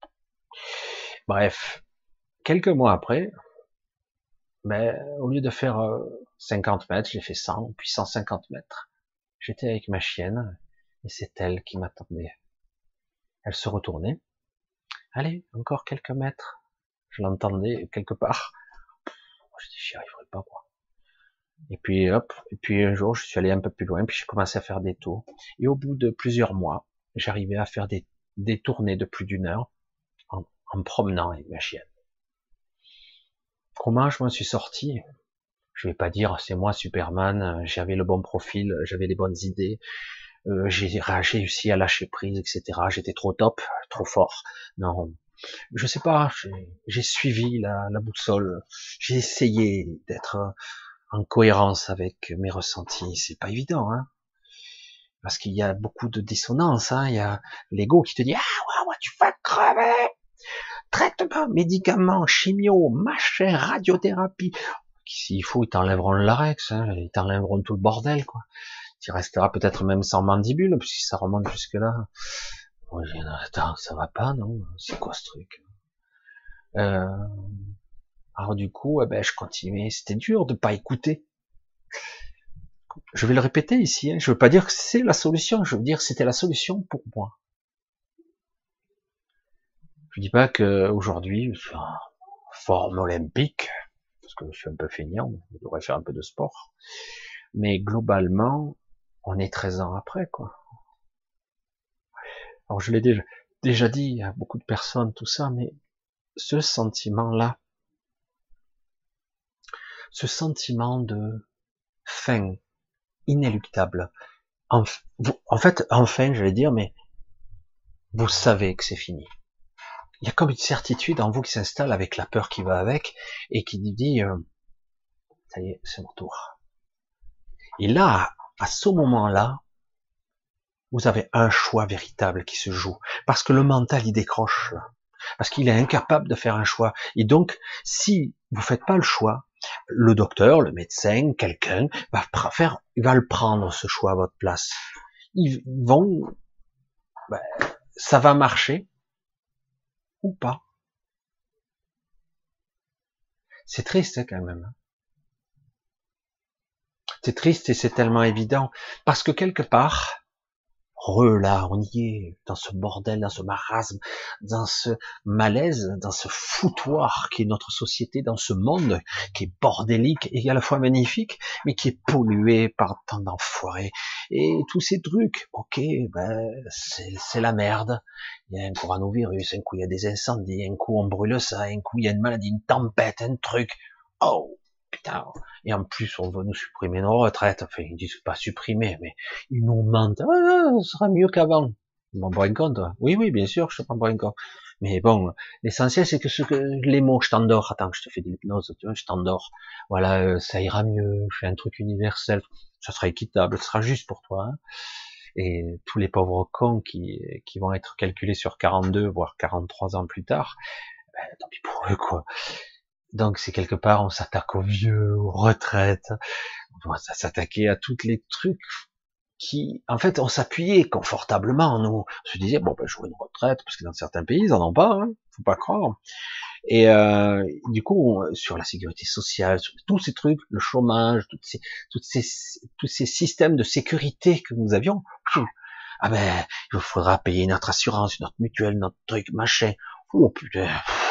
Bref, quelques mois après, ben, au lieu de faire cinquante mètres, j'ai fait cent, puis cent cinquante mètres. J'étais avec ma chienne, et c'est elle qui m'attendait. Elle se retournait, Allez, encore quelques mètres. Je l'entendais quelque part. Je dis, j'y arriverai pas, quoi. Et puis, hop. Et puis, un jour, je suis allé un peu plus loin, puis j'ai commencé à faire des tours. Et au bout de plusieurs mois, j'arrivais à faire des, des tournées de plus d'une heure en, en me promenant avec ma chienne. Comment je m'en suis sorti? Je vais pas dire, c'est moi Superman, j'avais le bon profil, j'avais les bonnes idées, euh, j'ai réussi à lâcher prise, et cetera. J'étais trop top, trop fort. Non, je sais pas, j'ai suivi la, la boussole, j'ai essayé d'être en cohérence avec mes ressentis. C'est pas évident, hein, parce qu'il y a beaucoup de dissonance. Hein. Il y a l'ego qui te dit, ah ouais, ouais, tu vas crever, traitement, médicaments, chimio, machin, radiothérapie. S'il faut, ils t'enlèveront le larynx, hein, ils t'enlèveront tout le bordel, quoi. Tu resteras peut-être même sans mandibule, puisque ça remonte jusque là. Moi, j'ai dit, attends, ça va pas, non? C'est quoi ce truc? Euh... Alors du coup, eh ben, je continuais. C'était dur de pas écouter. Je vais le répéter ici. Hein. Je veux pas dire que c'est la solution. Je veux dire que c'était la solution pour moi. Je dis pas que aujourd'hui, je suis en forme olympique, parce que je suis un peu feignant. Je devrais faire un peu de sport. Mais globalement, on est treize ans après, quoi. Alors je l'ai déjà, déjà dit à beaucoup de personnes, tout ça, mais ce sentiment-là, ce sentiment de fin inéluctable, en, vous, en fait, enfin, je vais dire, mais vous savez que c'est fini. Il y a comme une certitude en vous qui s'installe avec la peur qui va avec et qui dit, euh, ça y est, c'est mon tour. Et là, à ce moment-là, vous avez un choix véritable qui se joue, parce que le mental il décroche, parce qu'il est incapable de faire un choix. Et donc, si vous faites pas le choix, le docteur, le médecin, quelqu'un va faire, il va le prendre ce choix à votre place. Ils vont, ben, ça va marcher ou pas. C'est triste hein, quand même. C'est triste et c'est tellement évident parce que quelque part, re là, on y est, dans ce bordel, dans ce marasme, dans ce malaise, dans ce foutoir qui est notre société, dans ce monde qui est bordélique et à la fois magnifique, mais qui est pollué par tant d'enfoirés. Et tous ces trucs, ok, ben c'est la merde. Il y a un coronavirus, un coup il y a des incendies, un coup on brûle ça, un coup il y a une maladie, une tempête, un truc. Oh putain. Et en plus, on veut nous supprimer nos retraites. Enfin, ils disent pas supprimer, mais ils nous mentent. Ah, ce sera mieux qu'avant. Je m'en prends compte. Oui, oui, bien sûr, je te prends compte. Mais bon, l'essentiel, c'est que ce que, les mots, je t'endors. Attends, je te fais de l'hypnose, tu vois, je t'endors. Voilà, euh, ça ira mieux. Je fais un truc universel. Ça sera équitable, ce sera juste pour toi. Hein. Et tous les pauvres cons qui, qui vont être calculés sur quarante-deux, voire quarante-trois ans plus tard, ben, tant pis pour eux, quoi. Donc c'est quelque part, on s'attaque aux vieux, aux retraites, on va s'attaquer à tous les trucs qui, en fait, on s'appuyait confortablement. Nous, on se disait bon, ben je veux une retraite parce que dans certains pays ils en ont pas, hein, faut pas croire. Et euh, du coup, on, sur la sécurité sociale, sur tous ces trucs, le chômage, toutes ces, toutes ces, tous ces systèmes de sécurité que nous avions. Ah ben, il faudra payer notre assurance, notre mutuelle, notre truc, machin. Oh putain.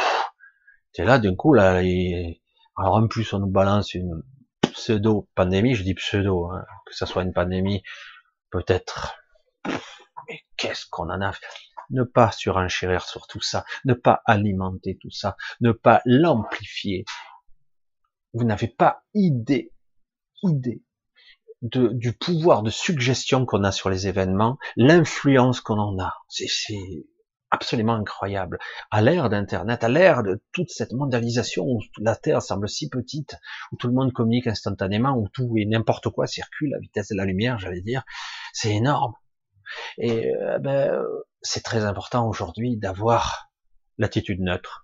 C'est là, d'un coup, là, et... alors en plus, on nous balance une pseudo-pandémie, je dis pseudo, hein, que ça soit une pandémie, peut-être, mais qu'est-ce qu'on en a fait? Ne pas surenchérir sur tout ça, ne pas alimenter tout ça, ne pas l'amplifier. Vous n'avez pas idée, idée de, du pouvoir de suggestion qu'on a sur les événements, l'influence qu'on en a. C'est absolument incroyable. À l'ère d'Internet, à l'ère de toute cette mondialisation où la Terre semble si petite, où tout le monde communique instantanément, où tout et n'importe quoi circule à vitesse de la lumière, j'allais dire, c'est énorme. Et euh, ben, c'est très important aujourd'hui d'avoir l'attitude neutre.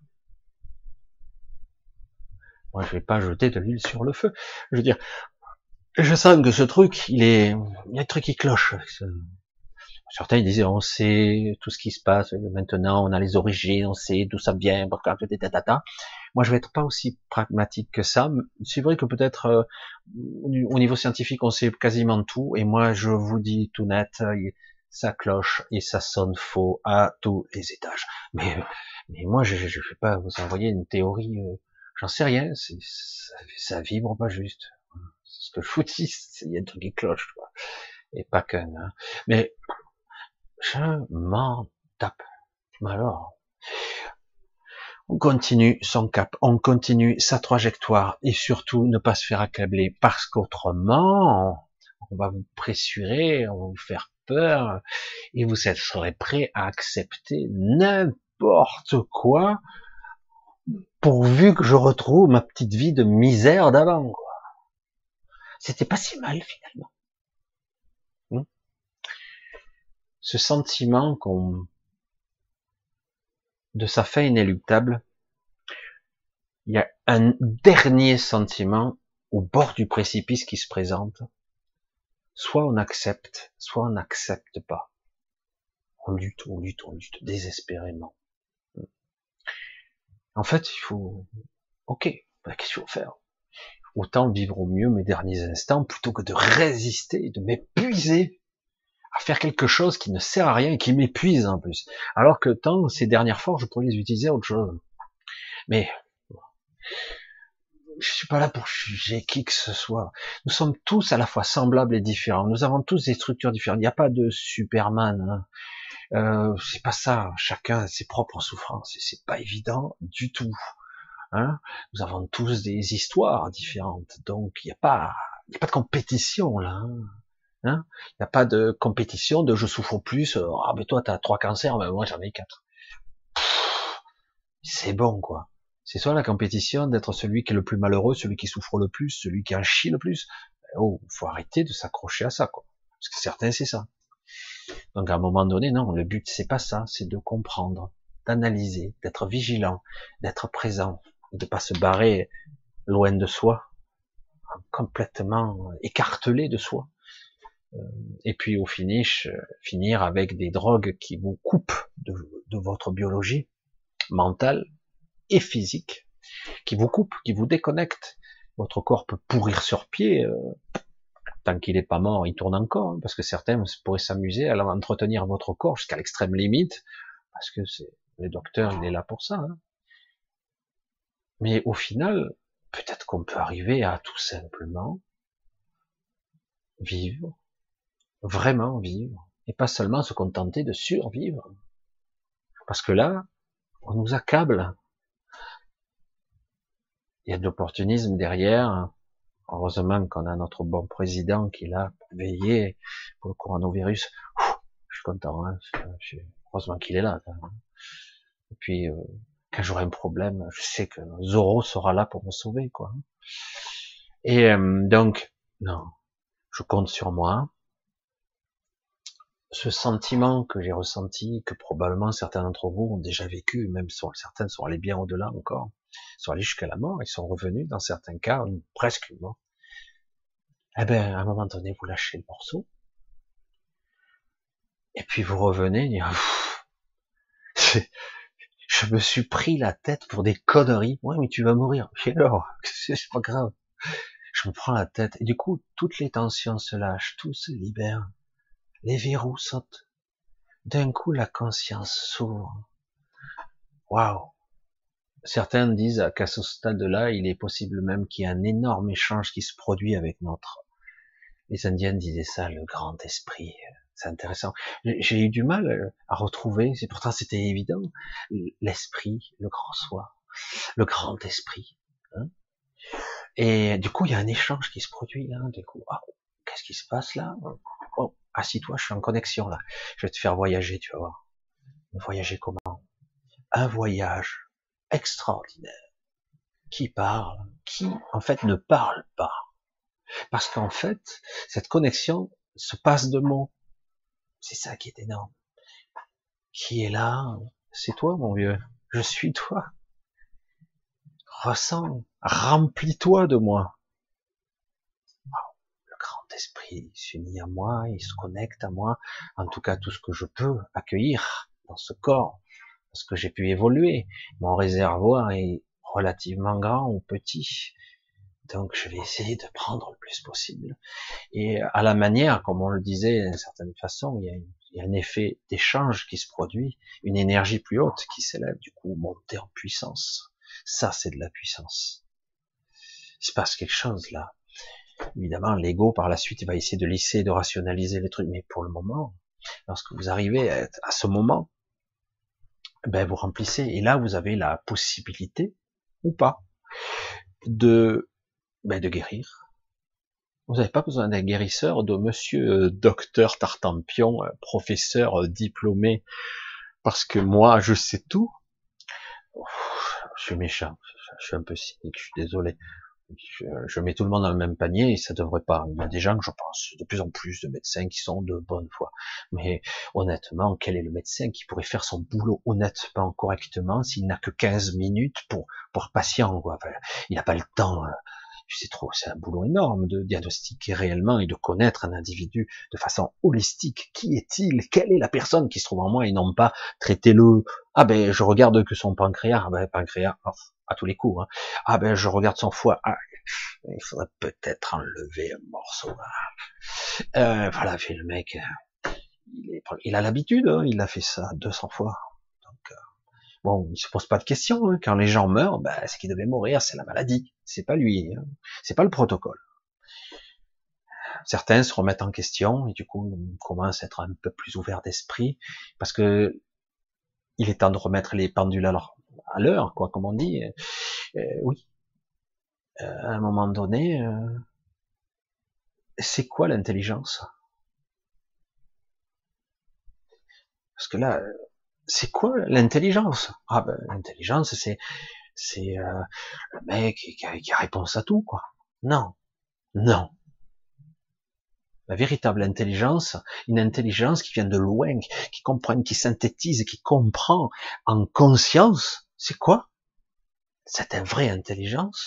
Moi, je vais pas jeter de l'huile sur le feu. Je veux dire, je sens que ce truc, il est, il y a un truc qui cloche. Certains ils disaient on sait tout ce qui se passe maintenant, on a les origines, on sait d'où ça vient, moi je vais être pas aussi pragmatique que ça. C'est vrai que peut-être euh, au niveau scientifique on sait quasiment tout, et moi je vous dis tout net, ça cloche et ça sonne faux à tous les étages. Mais, mais moi, je ne vais pas vous envoyer une théorie, euh, j'en sais rien, c'est, ça, ça vibre pas juste. C'est ce que je vous dis, il y a un truc qui cloche, quoi. Et pas qu'un. Hein. Mais je m'en tape. Mais alors, on continue son cap, on continue sa trajectoire et surtout ne pas se faire accabler parce qu'autrement, on va vous pressurer, on va vous faire peur et vous serez prêt à accepter n'importe quoi pourvu que je retrouve ma petite vie de misère d'avant, quoi. C'était pas si mal finalement. Hmm. Ce sentiment qu'on de sa fin inéluctable, il y a un dernier sentiment au bord du précipice qui se présente. Soit on accepte, soit on n'accepte pas. On lutte, on lutte, on lutte désespérément. En fait, il faut, ok, ben, qu'est-ce qu'il faut faire? Autant vivre au mieux mes derniers instants plutôt que de résister, de m'épuiser à faire quelque chose qui ne sert à rien et qui m'épuise en plus. Alors que tant ces dernières forces, je pourrais les utiliser à autre chose. Mais je suis pas là pour juger qui que ce soit. Nous sommes tous à la fois semblables et différents. Nous avons tous des structures différentes. Il n'y a pas de Superman. Hein. Euh, c'est pas ça. Chacun a ses propres souffrances et c'est pas évident du tout. Hein. Nous avons tous des histoires différentes. Donc il n'y a pas, il y a pas de compétition là. Hein. Hein, il n'y a pas de compétition de je souffre plus. Ah mais toi t'as trois cancers, mais moi j'en ai quatre. C'est bon quoi. C'est soit la compétition d'être celui qui est le plus malheureux, celui qui souffre le plus, celui qui en chie le plus. Oh, faut arrêter de s'accrocher à ça, quoi. Parce que certains, c'est ça. Donc, à un moment donné, non, le but, c'est pas ça, c'est de comprendre, d'analyser, d'être vigilant, d'être présent, de pas se barrer loin de soi, complètement écartelé de soi. Et puis, au finish, finir avec des drogues qui vous coupent de, de votre biologie mentale et physique, qui vous coupe, qui vous déconnecte. Votre corps peut pourrir sur pied, euh, tant qu'il n'est pas mort, il tourne encore, hein, parce que certains pourraient s'amuser à entretenir votre corps jusqu'à l'extrême limite, parce que c'est le docteur, il est là pour ça. Hein. Mais au final, peut-être qu'on peut arriver à tout simplement vivre, vraiment vivre, et pas seulement se contenter de survivre. Parce que là, on nous accable. Il y a de l'opportunisme derrière. Heureusement qu'on a notre bon président qui est là pour veiller pour le coronavirus. Ouh, je suis content. Hein. Je, je, heureusement qu'il est là. Hein. Et puis, euh, quand j'aurai un problème, je sais que Zorro sera là pour me sauver, quoi. Et euh, donc, non, je compte sur moi. Ce sentiment que j'ai ressenti, que probablement certains d'entre vous ont déjà vécu, même sont, certains sont allés bien au-delà encore, sont allés jusqu'à la mort, ils sont revenus dans certains cas, presque une mort. Eh ben, à un moment donné, vous lâchez le morceau, et puis vous revenez, et, pff, je me suis pris la tête pour des conneries. Ouais, mais tu vas mourir. Et alors, c'est pas grave. Je me prends la tête, et du coup, toutes les tensions se lâchent, tout se libère, les verrous sautent. D'un coup, la conscience s'ouvre. Waouh! Certains disent qu'à ce stade-là, il est possible même qu'il y ait un énorme échange qui se produit avec notre. Les Indiens disaient ça, le grand esprit. C'est intéressant. J'ai eu du mal à retrouver, c'est pourtant c'était évident, l'esprit, le grand soi, le grand esprit. Hein. Et du coup, il y a un échange qui se produit là. Du coup, oh, qu'est-ce qui se passe là? Oh, assis-toi, je suis en connexion là. Je vais te faire voyager, tu vas voir. Voyager comment? Un voyage extraordinaire. Qui parle, qui en fait ne parle pas. Parce qu'en fait, cette connexion se passe de mots. C'est ça qui est énorme. Qui est là? C'est toi, mon vieux. Je suis toi. Ressens, remplis-toi de moi. Wow. Le grand esprit s'unit à moi, il se connecte à moi. En tout cas, tout ce que je peux accueillir dans ce corps, parce que j'ai pu évoluer. Mon réservoir est relativement grand ou petit. Donc, je vais essayer de prendre le plus possible. Et à la manière, comme on le disait d'une certaine façon, il y a une, Il y a un effet d'échange qui se produit, une énergie plus haute qui s'élève, du coup, monter en puissance. Ça, c'est de la puissance. Il se passe quelque chose là. Évidemment, l'ego, par la suite, il va essayer de lisser, de rationaliser les trucs, mais pour le moment, lorsque vous arrivez à, à ce moment, ben, vous remplissez, et là, vous avez la possibilité, ou pas, de, ben, de guérir. Vous n'avez pas besoin d'un guérisseur, de monsieur euh, docteur Tartampion, euh, professeur euh, diplômé, parce que moi, je sais tout. Ouf, je suis méchant, je suis un peu cynique, je suis désolé. Je, je mets tout le monde dans le même panier et ça devrait pas. Il y a des gens que je pense, de plus en plus de médecins qui sont de bonne foi. Mais honnêtement, quel est le médecin qui pourrait faire son boulot honnêtement, correctement, s'il n'a que quinze minutes pour, pour patient, quoi. Enfin, il n'a pas le temps. C'est trop, c'est un boulot énorme de diagnostiquer réellement et de connaître un individu de façon holistique. Qui est-il? Quelle est la personne qui se trouve en moi et non pas traiter-le. Ah ben, je regarde que son pancréas. Ah ben, pancréas, oh, à tous les coups. Hein. Ah ben, je regarde son foie. Ah, il faudrait peut-être enlever un morceau. Euh, voilà, fait le mec. Il, est, il a l'habitude, hein, il a fait ça deux cents fois. Donc, euh, bon, il se pose pas de questions. Hein. Quand les gens meurent, ben, c'est qu'ils devaient mourir, c'est la maladie. C'est pas lui, hein. C'est pas le protocole. Certains se remettent en question et du coup on commence à être un peu plus ouvert d'esprit parce que il est temps de remettre les pendules à l'heure, à l'heure, quoi, comme on dit. Euh, oui, euh, à un moment donné, euh, c'est quoi l'intelligence? Parce que là, c'est quoi l'intelligence? Ah ben l'intelligence, c'est c'est euh, le mec qui a, qui a réponse à tout, quoi. Non, non. La véritable intelligence, une intelligence qui vient de loin, qui comprend, qui synthétise, qui comprend en conscience, c'est quoi? C'est une vraie intelligence.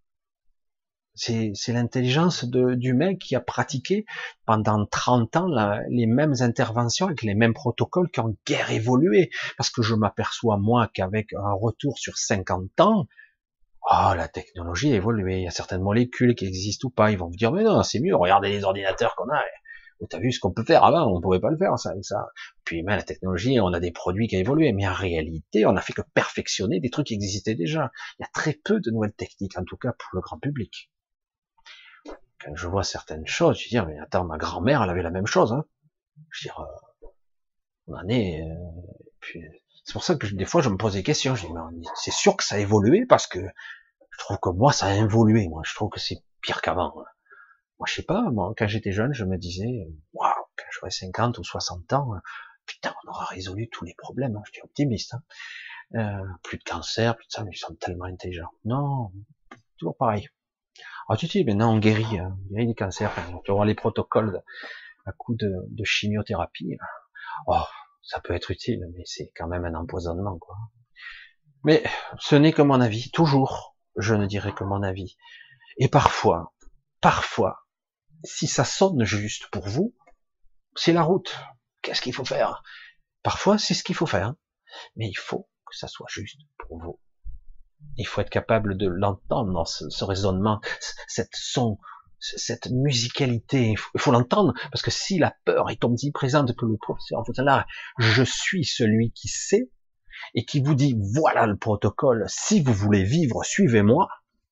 C'est, c'est l'intelligence de, du mec qui a pratiqué pendant trente ans la, les mêmes interventions avec les mêmes protocoles qui ont guère évolué. Parce que je m'aperçois, moi, qu'avec un retour sur cinquante ans, oh, la technologie a évolué. Il y a certaines molécules qui existent ou pas. Ils vont vous dire, mais non, c'est mieux, regardez les ordinateurs qu'on a. T'as vu ce qu'on peut faire avant, on pouvait pas le faire, ça, avec ça. Puis, même la technologie, on a des produits qui ont évolué. Mais en réalité, on a fait que perfectionner des trucs qui existaient déjà. Il y a très peu de nouvelles techniques, en tout cas pour le grand public. Quand je vois certaines choses, je dis, mais attends, ma grand-mère, elle avait la même chose, hein. Je veux dire, euh, on en est, euh, puis, c'est pour ça que je, des fois, je me pose des questions. Je dis, mais c'est sûr que ça a évolué parce que je trouve que moi, ça a évolué. Moi, je trouve que c'est pire qu'avant. Moi, je sais pas, moi, quand j'étais jeune, je me disais, waouh, quand j'aurai cinquante ou soixante ans, putain, on aura résolu tous les problèmes. Hein. Je suis optimiste. Hein. Euh, plus de cancer, plus de ça, mais ils sont tellement intelligents. Non, toujours pareil. Ah, tu dis, maintenant, on guérit, hein, on guérit les cancers. Tu vois les protocoles à coup de, de chimiothérapie. Oh, ça peut être utile, mais c'est quand même un empoisonnement, quoi. Mais ce n'est que mon avis, toujours. Je ne dirai que mon avis. Et parfois, parfois, si ça sonne juste pour vous, c'est la route. Qu'est-ce qu'il faut faire? Parfois, c'est ce qu'il faut faire. Mais il faut que ça soit juste pour vous. Il faut être capable de l'entendre dans ce, ce raisonnement, cette son, cette musicalité. Il faut l'entendre, parce que si la peur est omniprésente, que le professeur vous là, je suis celui qui sait, et qui vous dit, voilà le protocole, si vous voulez vivre, suivez-moi.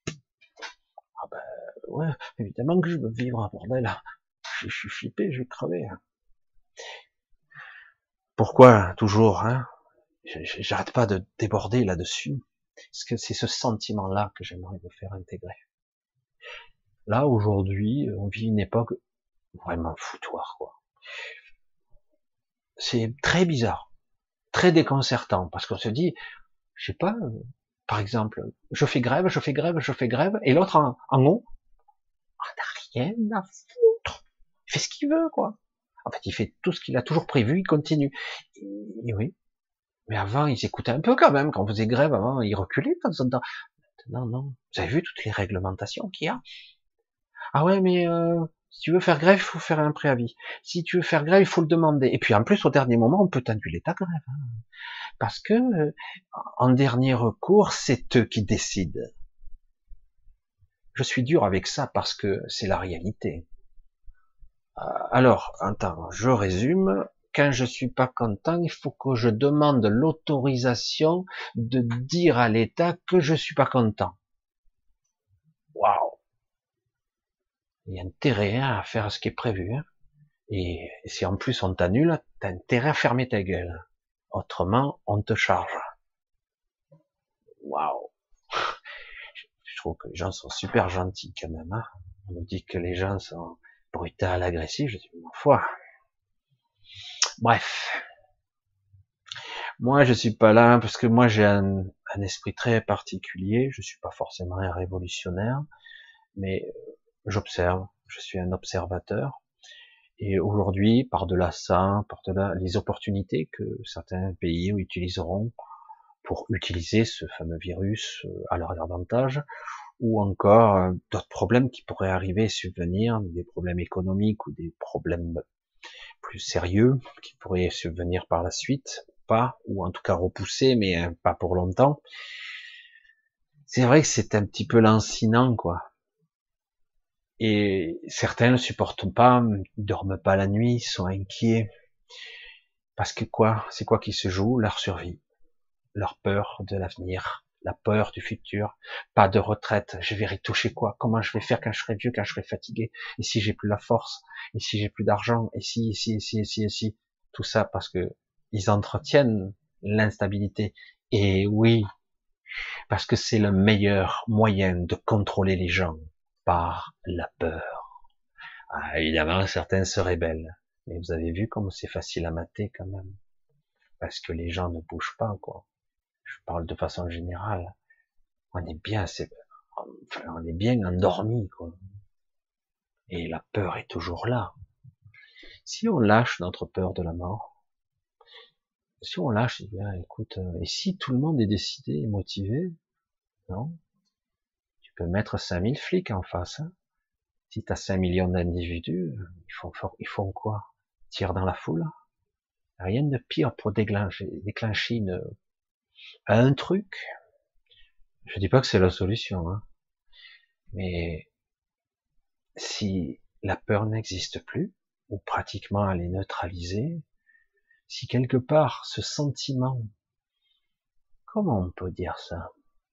Ah ben, ouais, évidemment que je veux vivre, bordel. Je, je suis flippé, je vais crever. Pourquoi, toujours, hein? J'arrête pas de déborder là-dessus. Parce que c'est ce sentiment-là que j'aimerais vous faire intégrer. Là, aujourd'hui, on vit une époque vraiment foutoir, quoi. C'est très bizarre, très déconcertant, parce qu'on se dit, je sais pas, euh, par exemple, je fais grève, je fais grève, je fais grève, et l'autre en, en haut, on n'a rien à foutre. Il fait ce qu'il veut, quoi. En fait, il fait tout ce qu'il a toujours prévu, il continue. Et, et oui. Mais avant, ils écoutaient un peu quand même. Quand on faisait grève, avant, ils reculaient de temps en temps. Non, non. Vous avez vu toutes les réglementations qu'il y a? Ah ouais, mais euh, si tu veux faire grève, il faut faire un préavis. Si tu veux faire grève, il faut le demander. Et puis en plus, au dernier moment, on peut t'annuler ta grève. Hein. Parce que, euh, en dernier recours, c'est eux qui décident. Je suis dur avec ça parce que c'est la réalité. Alors, attends, je résume. quand je suis pas content, il faut que je demande l'autorisation de dire à l'État que je suis pas content. Waouh! Il y a intérêt hein, à faire ce qui est prévu. Hein. Et, et si en plus on t'annule, t'as intérêt à fermer ta gueule. Autrement, on te charge. Waouh! Je trouve que les gens sont super gentils quand même. Hein. On nous dit que les gens sont brutals, agressifs. Je dis, ma foi. Bref. Moi, je suis pas là parce que moi j'ai un, un esprit très particulier. Je suis pas forcément un révolutionnaire, mais j'observe. Je suis un observateur. Et aujourd'hui, par-delà ça, par-delà les opportunités que certains pays utiliseront pour utiliser ce fameux virus à leur avantage, ou encore d'autres problèmes qui pourraient arriver et subvenir, des problèmes économiques ou des problèmes plus sérieux qui pourraient subvenir par la suite, pas, ou en tout cas repousser, mais pas pour longtemps. C'est vrai que c'est un petit peu lancinant, quoi. Et certains ne supportent pas, ils dorment pas la nuit, ils sont inquiets. Parce que quoi? C'est quoi qui se joue? Leur survie. Leur peur de l'avenir. La peur du futur. Pas de retraite. Je vais retoucher quoi? Comment je vais faire quand je serai vieux, quand je serai fatigué? Et si j'ai plus la force? Et si j'ai plus d'argent? Et si, et si, et si, et si, et si? Tout ça parce que ils entretiennent l'instabilité. Et oui, parce que c'est le meilleur moyen de contrôler les gens. Par la peur. Ah, évidemment, certains se rebellent. Mais vous avez vu comme c'est facile à mater quand même. Parce que les gens ne bougent pas, quoi. Je parle de façon générale. On est bien, c'est, enfin, on est bien endormi, quoi. Et la peur est toujours là. Si on lâche notre peur de la mort, si on lâche, eh bien, écoute, et si tout le monde est décidé et motivé, non? Tu peux mettre cinq mille flics en face, hein. Si tu as cinq millions d'individus, ils font, ils font quoi? Tirent dans la foule? Rien de pire pour déclencher, déclencher une, un truc. Je dis pas que c'est la solution, hein. Mais si la peur n'existe plus, ou pratiquement elle est neutralisée, si quelque part ce sentiment, comment on peut dire ça?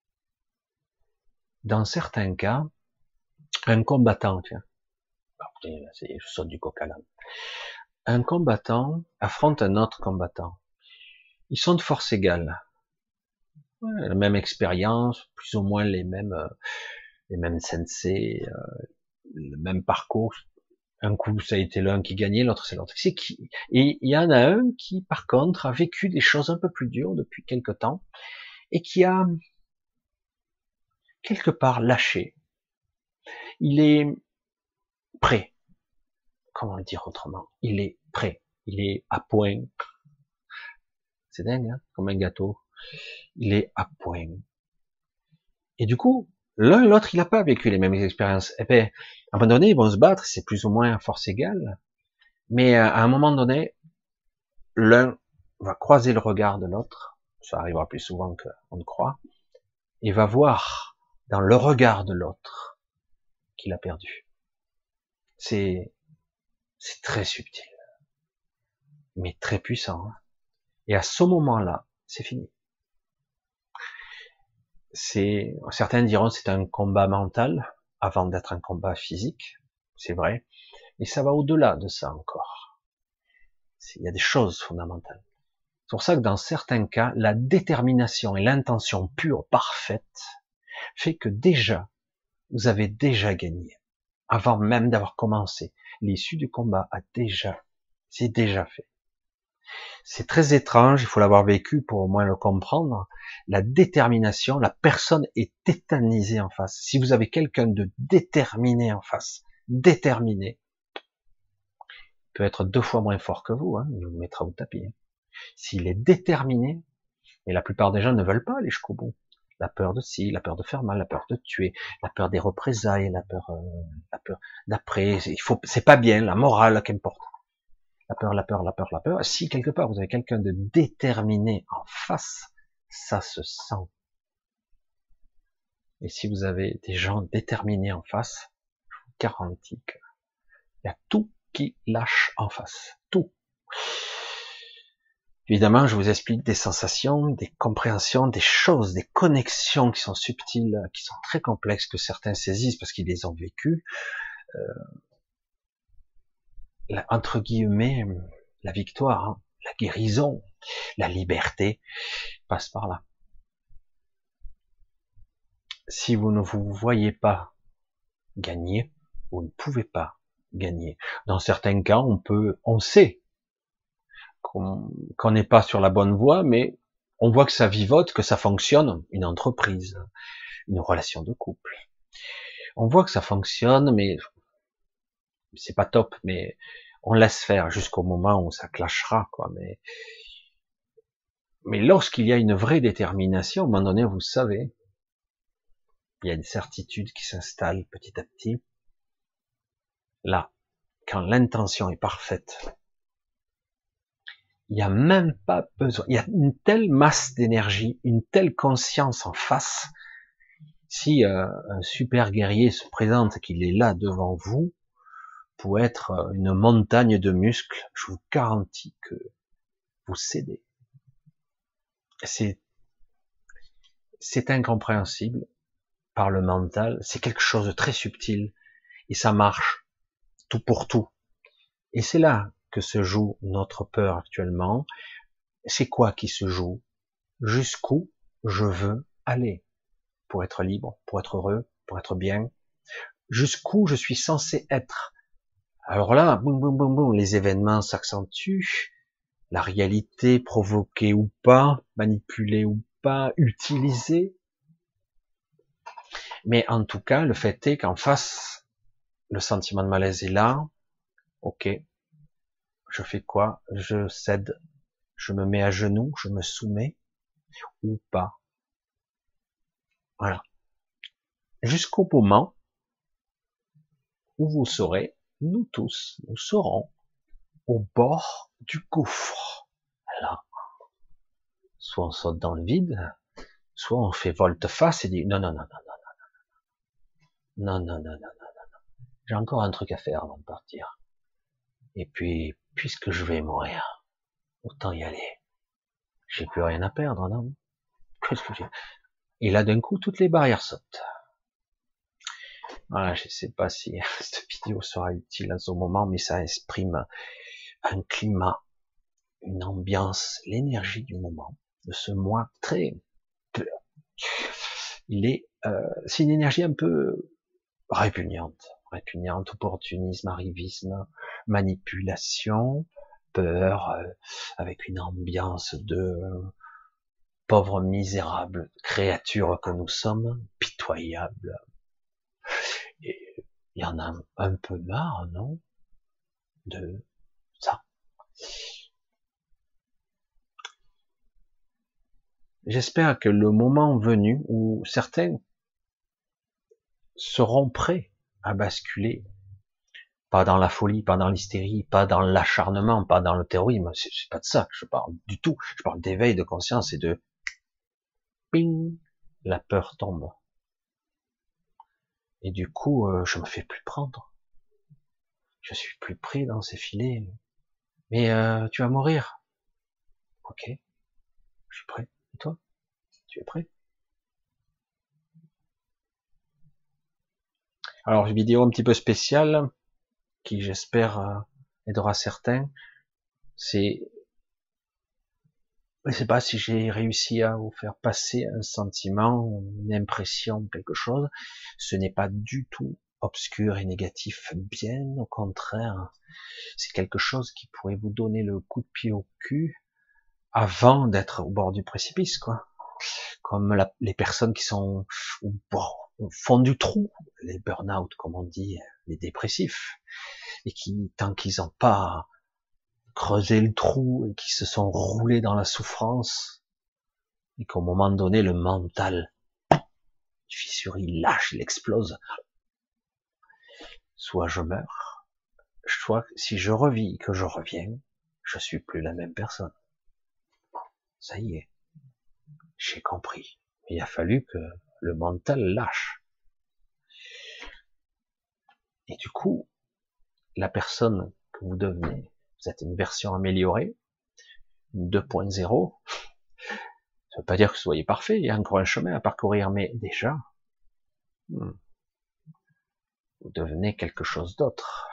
Dans certains cas, un combattant, tiens, je saute du coq à l'âne. Un combattant affronte un autre combattant. Ils sont de force égale. Ouais, la même expérience, plus ou moins les mêmes, euh, les mêmes sensei, euh, le même parcours. Un coup, ça a été l'un qui gagnait, l'autre c'est l'autre. C'est qui? Et il y en a un qui, par contre, a vécu des choses un peu plus dures depuis quelque temps et qui a quelque part lâché. Il est prêt. Comment le dire autrement? Il est prêt. Il est à point. C'est dingue, hein, comme un gâteau. Il est à point. Et du coup, l'un et l'autre, il n'a pas vécu les mêmes expériences. Et ben, à un moment donné, ils vont se battre, c'est plus ou moins à force égale. Mais à un moment donné, l'un va croiser le regard de l'autre. Ça arrivera plus souvent qu'on ne croit. Et va voir dans le regard de l'autre qu'il a perdu. C'est, c'est très subtil. Mais très puissant. Hein. Et à ce moment-là, c'est fini. C'est, certains diront c'est un combat mental avant d'être un combat physique. C'est vrai. Et ça va au-delà de ça encore. Il y a des choses fondamentales. C'est pour ça que dans certains cas, la détermination et l'intention pure, parfaite, fait que déjà, vous avez déjà gagné. Avant même d'avoir commencé. L'issue du combat a déjà, c'est déjà fait. C'est très étrange, il faut l'avoir vécu pour au moins le comprendre. La détermination, la personne est tétanisée en face. Si vous avez quelqu'un de déterminé en face, déterminé, il peut être deux fois moins fort que vous, hein, il vous mettra au tapis. Hein. S'il est déterminé, mais la plupart des gens ne veulent pas aller jusqu'au bout. La peur de ci, la peur de faire mal, la peur de tuer, la peur des représailles, la peur, euh, la peur d'après. Il faut, c'est pas bien, la morale qu'importe. La peur, la peur, la peur, la peur. Si quelque part vous avez quelqu'un de déterminé en face, ça se sent. Et si vous avez des gens déterminés en face, je vous garantis qu'il y a tout qui lâche en face. Tout. Évidemment, je vous explique des sensations, des compréhensions, des choses, des connexions qui sont subtiles, qui sont très complexes, que certains saisissent parce qu'ils les ont vécues. Euh, la, entre guillemets, la victoire, hein, la guérison, la liberté passe par là. Si vous ne vous voyez pas gagner, vous ne pouvez pas gagner. Dans certains cas, on peut, on sait qu'on qu'on n'est pas sur la bonne voie, mais on voit que ça vivote, que ça fonctionne, une entreprise, une relation de couple. On voit que ça fonctionne, mais c'est pas top, mais on laisse faire jusqu'au moment où ça clashera, quoi. Mais, mais lorsqu'il y a une vraie détermination, à un moment donné, vous savez, il y a une certitude qui s'installe petit à petit. Là, quand l'intention est parfaite, il n'y a même pas besoin, il y a une telle masse d'énergie, une telle conscience en face. Si euh, un super guerrier se présente, qu'il est là devant vous, pour être une montagne de muscles, je vous garantis que vous cédez. C'est, c'est incompréhensible par le mental, c'est quelque chose de très subtil, et ça marche, tout pour tout. Et c'est là que se joue notre peur actuellement. C'est quoi qui se joue? Jusqu'où je veux aller pour être libre, pour être heureux, pour être bien? Jusqu'où je suis censé être? Alors là, boum, boum, boum, boum, les événements s'accentuent, la réalité provoquée ou pas, manipulée ou pas, utilisée. Mais en tout cas, le fait est qu'en face, le sentiment de malaise est là. Ok, je fais quoi? Je cède, je me mets à genoux, je me soumets ou pas. Voilà. Jusqu'au moment où vous saurez, nous tous, nous serons au bord du gouffre. Là, soit on saute dans le vide, soit on fait volte-face et dit non, non, non, non, non, non, non, non, non, non, j'ai encore un truc à faire avant de partir. Et puis, puisque je vais mourir, autant y aller. J'ai plus rien à perdre, non? Qu'est-ce que j'ai? Et là, d'un coup, toutes les barrières sautent. Voilà, je sais pas si cette vidéo sera utile à ce moment, mais ça exprime un climat, une ambiance, l'énergie du moment, de ce mois très, il est, euh, c'est une énergie un peu répugnante, répugnante, opportunisme, arrivisme, manipulation, peur, euh, avec une ambiance de pauvres misérables créatures que nous sommes, pitoyables. Et il y en a un peu marre, non, de ça. J'espère que le moment venu où certains seront prêts à basculer, pas dans la folie, pas dans l'hystérie, pas dans l'acharnement, pas dans le terrorisme, c'est pas de ça que je parle du tout. Je parle d'éveil de conscience et de ping, la peur tombe. Et du coup, euh, je me fais plus prendre. Je suis plus pris dans ces filets. Mais euh, tu vas mourir. Ok, je suis prêt. Et toi, tu es prêt? Alors, une vidéo un petit peu spéciale qui, j'espère, euh, aidera certains. C'est, je sais pas si j'ai réussi à vous faire passer un sentiment, une impression, quelque chose. Ce n'est pas du tout obscur et négatif, bien au contraire. C'est quelque chose qui pourrait vous donner le coup de pied au cul avant d'être au bord du précipice, quoi. Comme la, les personnes qui sont au, bord, au fond du trou, les burn-out, comme on dit, les dépressifs, et qui, tant qu'ils n'ont pas creusé le trou et qui se sont roulés dans la souffrance, et qu'au moment donné, le mental, il fissure, il lâche, il explose. Soit je meurs, soit si je revis, que je reviens, je suis plus la même personne. Ça y est, j'ai compris. Il a fallu que le mental lâche. Et du coup, la personne que vous devenez, vous êtes une version améliorée, deux point zéro. Ça veut pas dire que vous soyez parfait, il y a encore un chemin à parcourir, mais déjà, hmm, vous devenez quelque chose d'autre.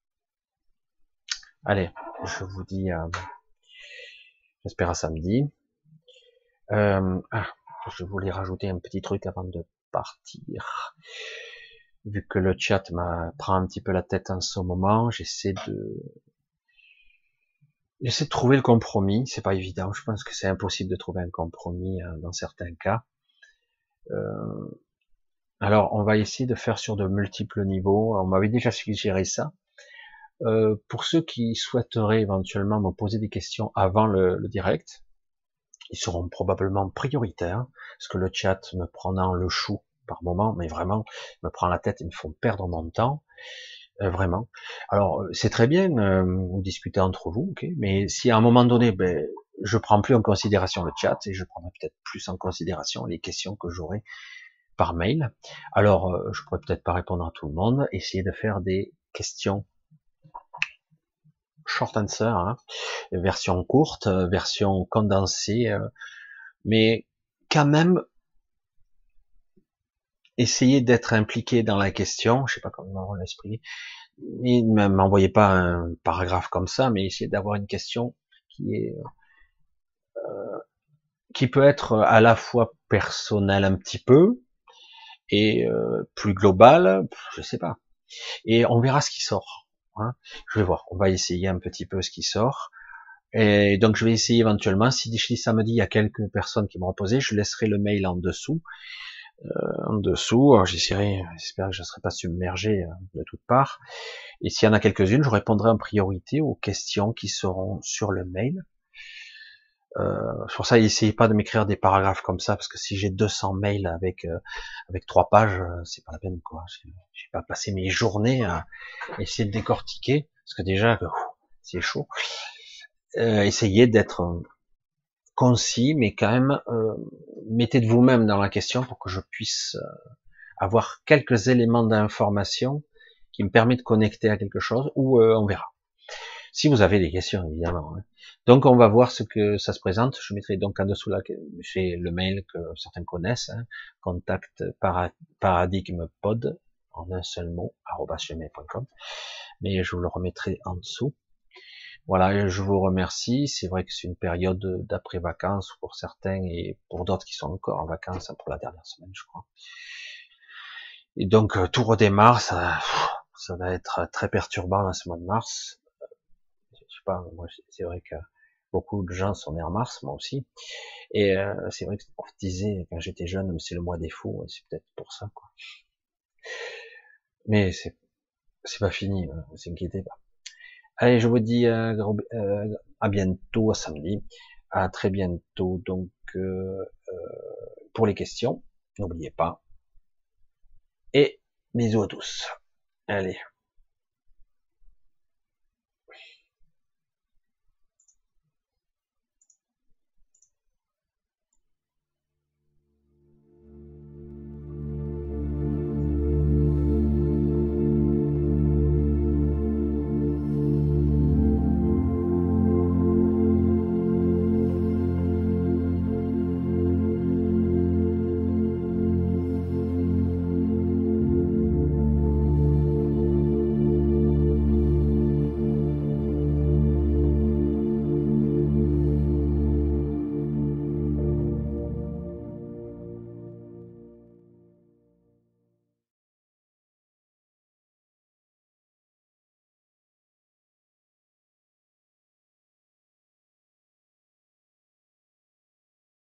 Allez, je vous dis, euh, j'espère à samedi. Euh, ah, je voulais rajouter un petit truc avant de partir. Vu que le chat m'a prend un petit peu la tête en ce moment, j'essaie de j'essaie de trouver le compromis. C'est pas évident. Je pense que c'est impossible de trouver un compromis euh, dans certains cas. Euh, alors, on va essayer de faire sur de multiples niveaux. On m'avait déjà suggéré ça. Euh, pour ceux qui souhaiteraient éventuellement me poser des questions avant le, le direct, ils seront probablement prioritaires, parce que le chat me prenant le chou par moment, mais vraiment, me prend la tête, ils me font perdre mon temps, euh, vraiment. Alors, c'est très bien, euh, vous discutez entre vous, ok, mais si à un moment donné, ben, je prends plus en considération le chat, et je prendrai peut-être plus en considération les questions que j'aurai par mail, alors euh, je pourrais peut-être pas répondre à tout le monde, essayer de faire des questions short answer, hein, version courte, version condensée, euh, mais quand même essayer d'être impliqué dans la question. Je sais pas comment l'exprimer. Ne m'envoyez pas un paragraphe comme ça, mais essayez d'avoir une question qui est euh, qui peut être à la fois personnelle un petit peu et euh, plus globale, je sais pas. Et on verra ce qui sort. Hein. Je vais voir. On va essayer un petit peu ce qui sort. Et donc je vais essayer éventuellement, si d'ici samedi il y a quelques personnes qui m'ont posé, je laisserai le mail en dessous. Euh, en dessous, j'essaierai, j'espère que je ne serai pas submergé euh, de toutes parts. Et s'il y en a quelques-unes, je répondrai en priorité aux questions qui seront sur le mail. Euh, pour ça, essayez pas de m'écrire des paragraphes comme ça, parce que si j'ai deux cents mails avec euh, avec trois pages, euh, c'est pas la peine, quoi. Je vais pas passer mes journées à essayer de décortiquer, parce que déjà, euh, c'est chaud. Euh, essayez d'être concis, mais quand même, euh, mettez de vous-même dans la question pour que je puisse euh, avoir quelques éléments d'information qui me permettent de connecter à quelque chose, ou euh, on verra. Si vous avez des questions, évidemment. Hein. Donc, on va voir ce que ça se présente. Je mettrai donc en dessous là, j'ai le mail que certains connaissent, hein, contact para, paradigmepod, en un seul mot, arobase gmail point com. Mais je vous le remettrai en dessous. Voilà, je vous remercie. C'est vrai que c'est une période d'après-vacances pour certains et pour d'autres qui sont encore en vacances pour la dernière semaine, je crois. Et donc, tout redémarre. Ça, ça va être très perturbant la semaine de mars. Je sais pas, moi, c'est vrai que beaucoup de gens sont nés en mars, moi aussi. Et euh, c'est vrai que on disait quand j'étais jeune, c'est le mois des fous. C'est peut-être pour ça, quoi. Mais c'est c'est pas fini. Ne vous inquiétez pas. Allez, je vous dis euh, euh, à bientôt, à samedi, à très bientôt. Donc, euh, euh, pour les questions, n'oubliez pas. Et bisous à tous. Allez.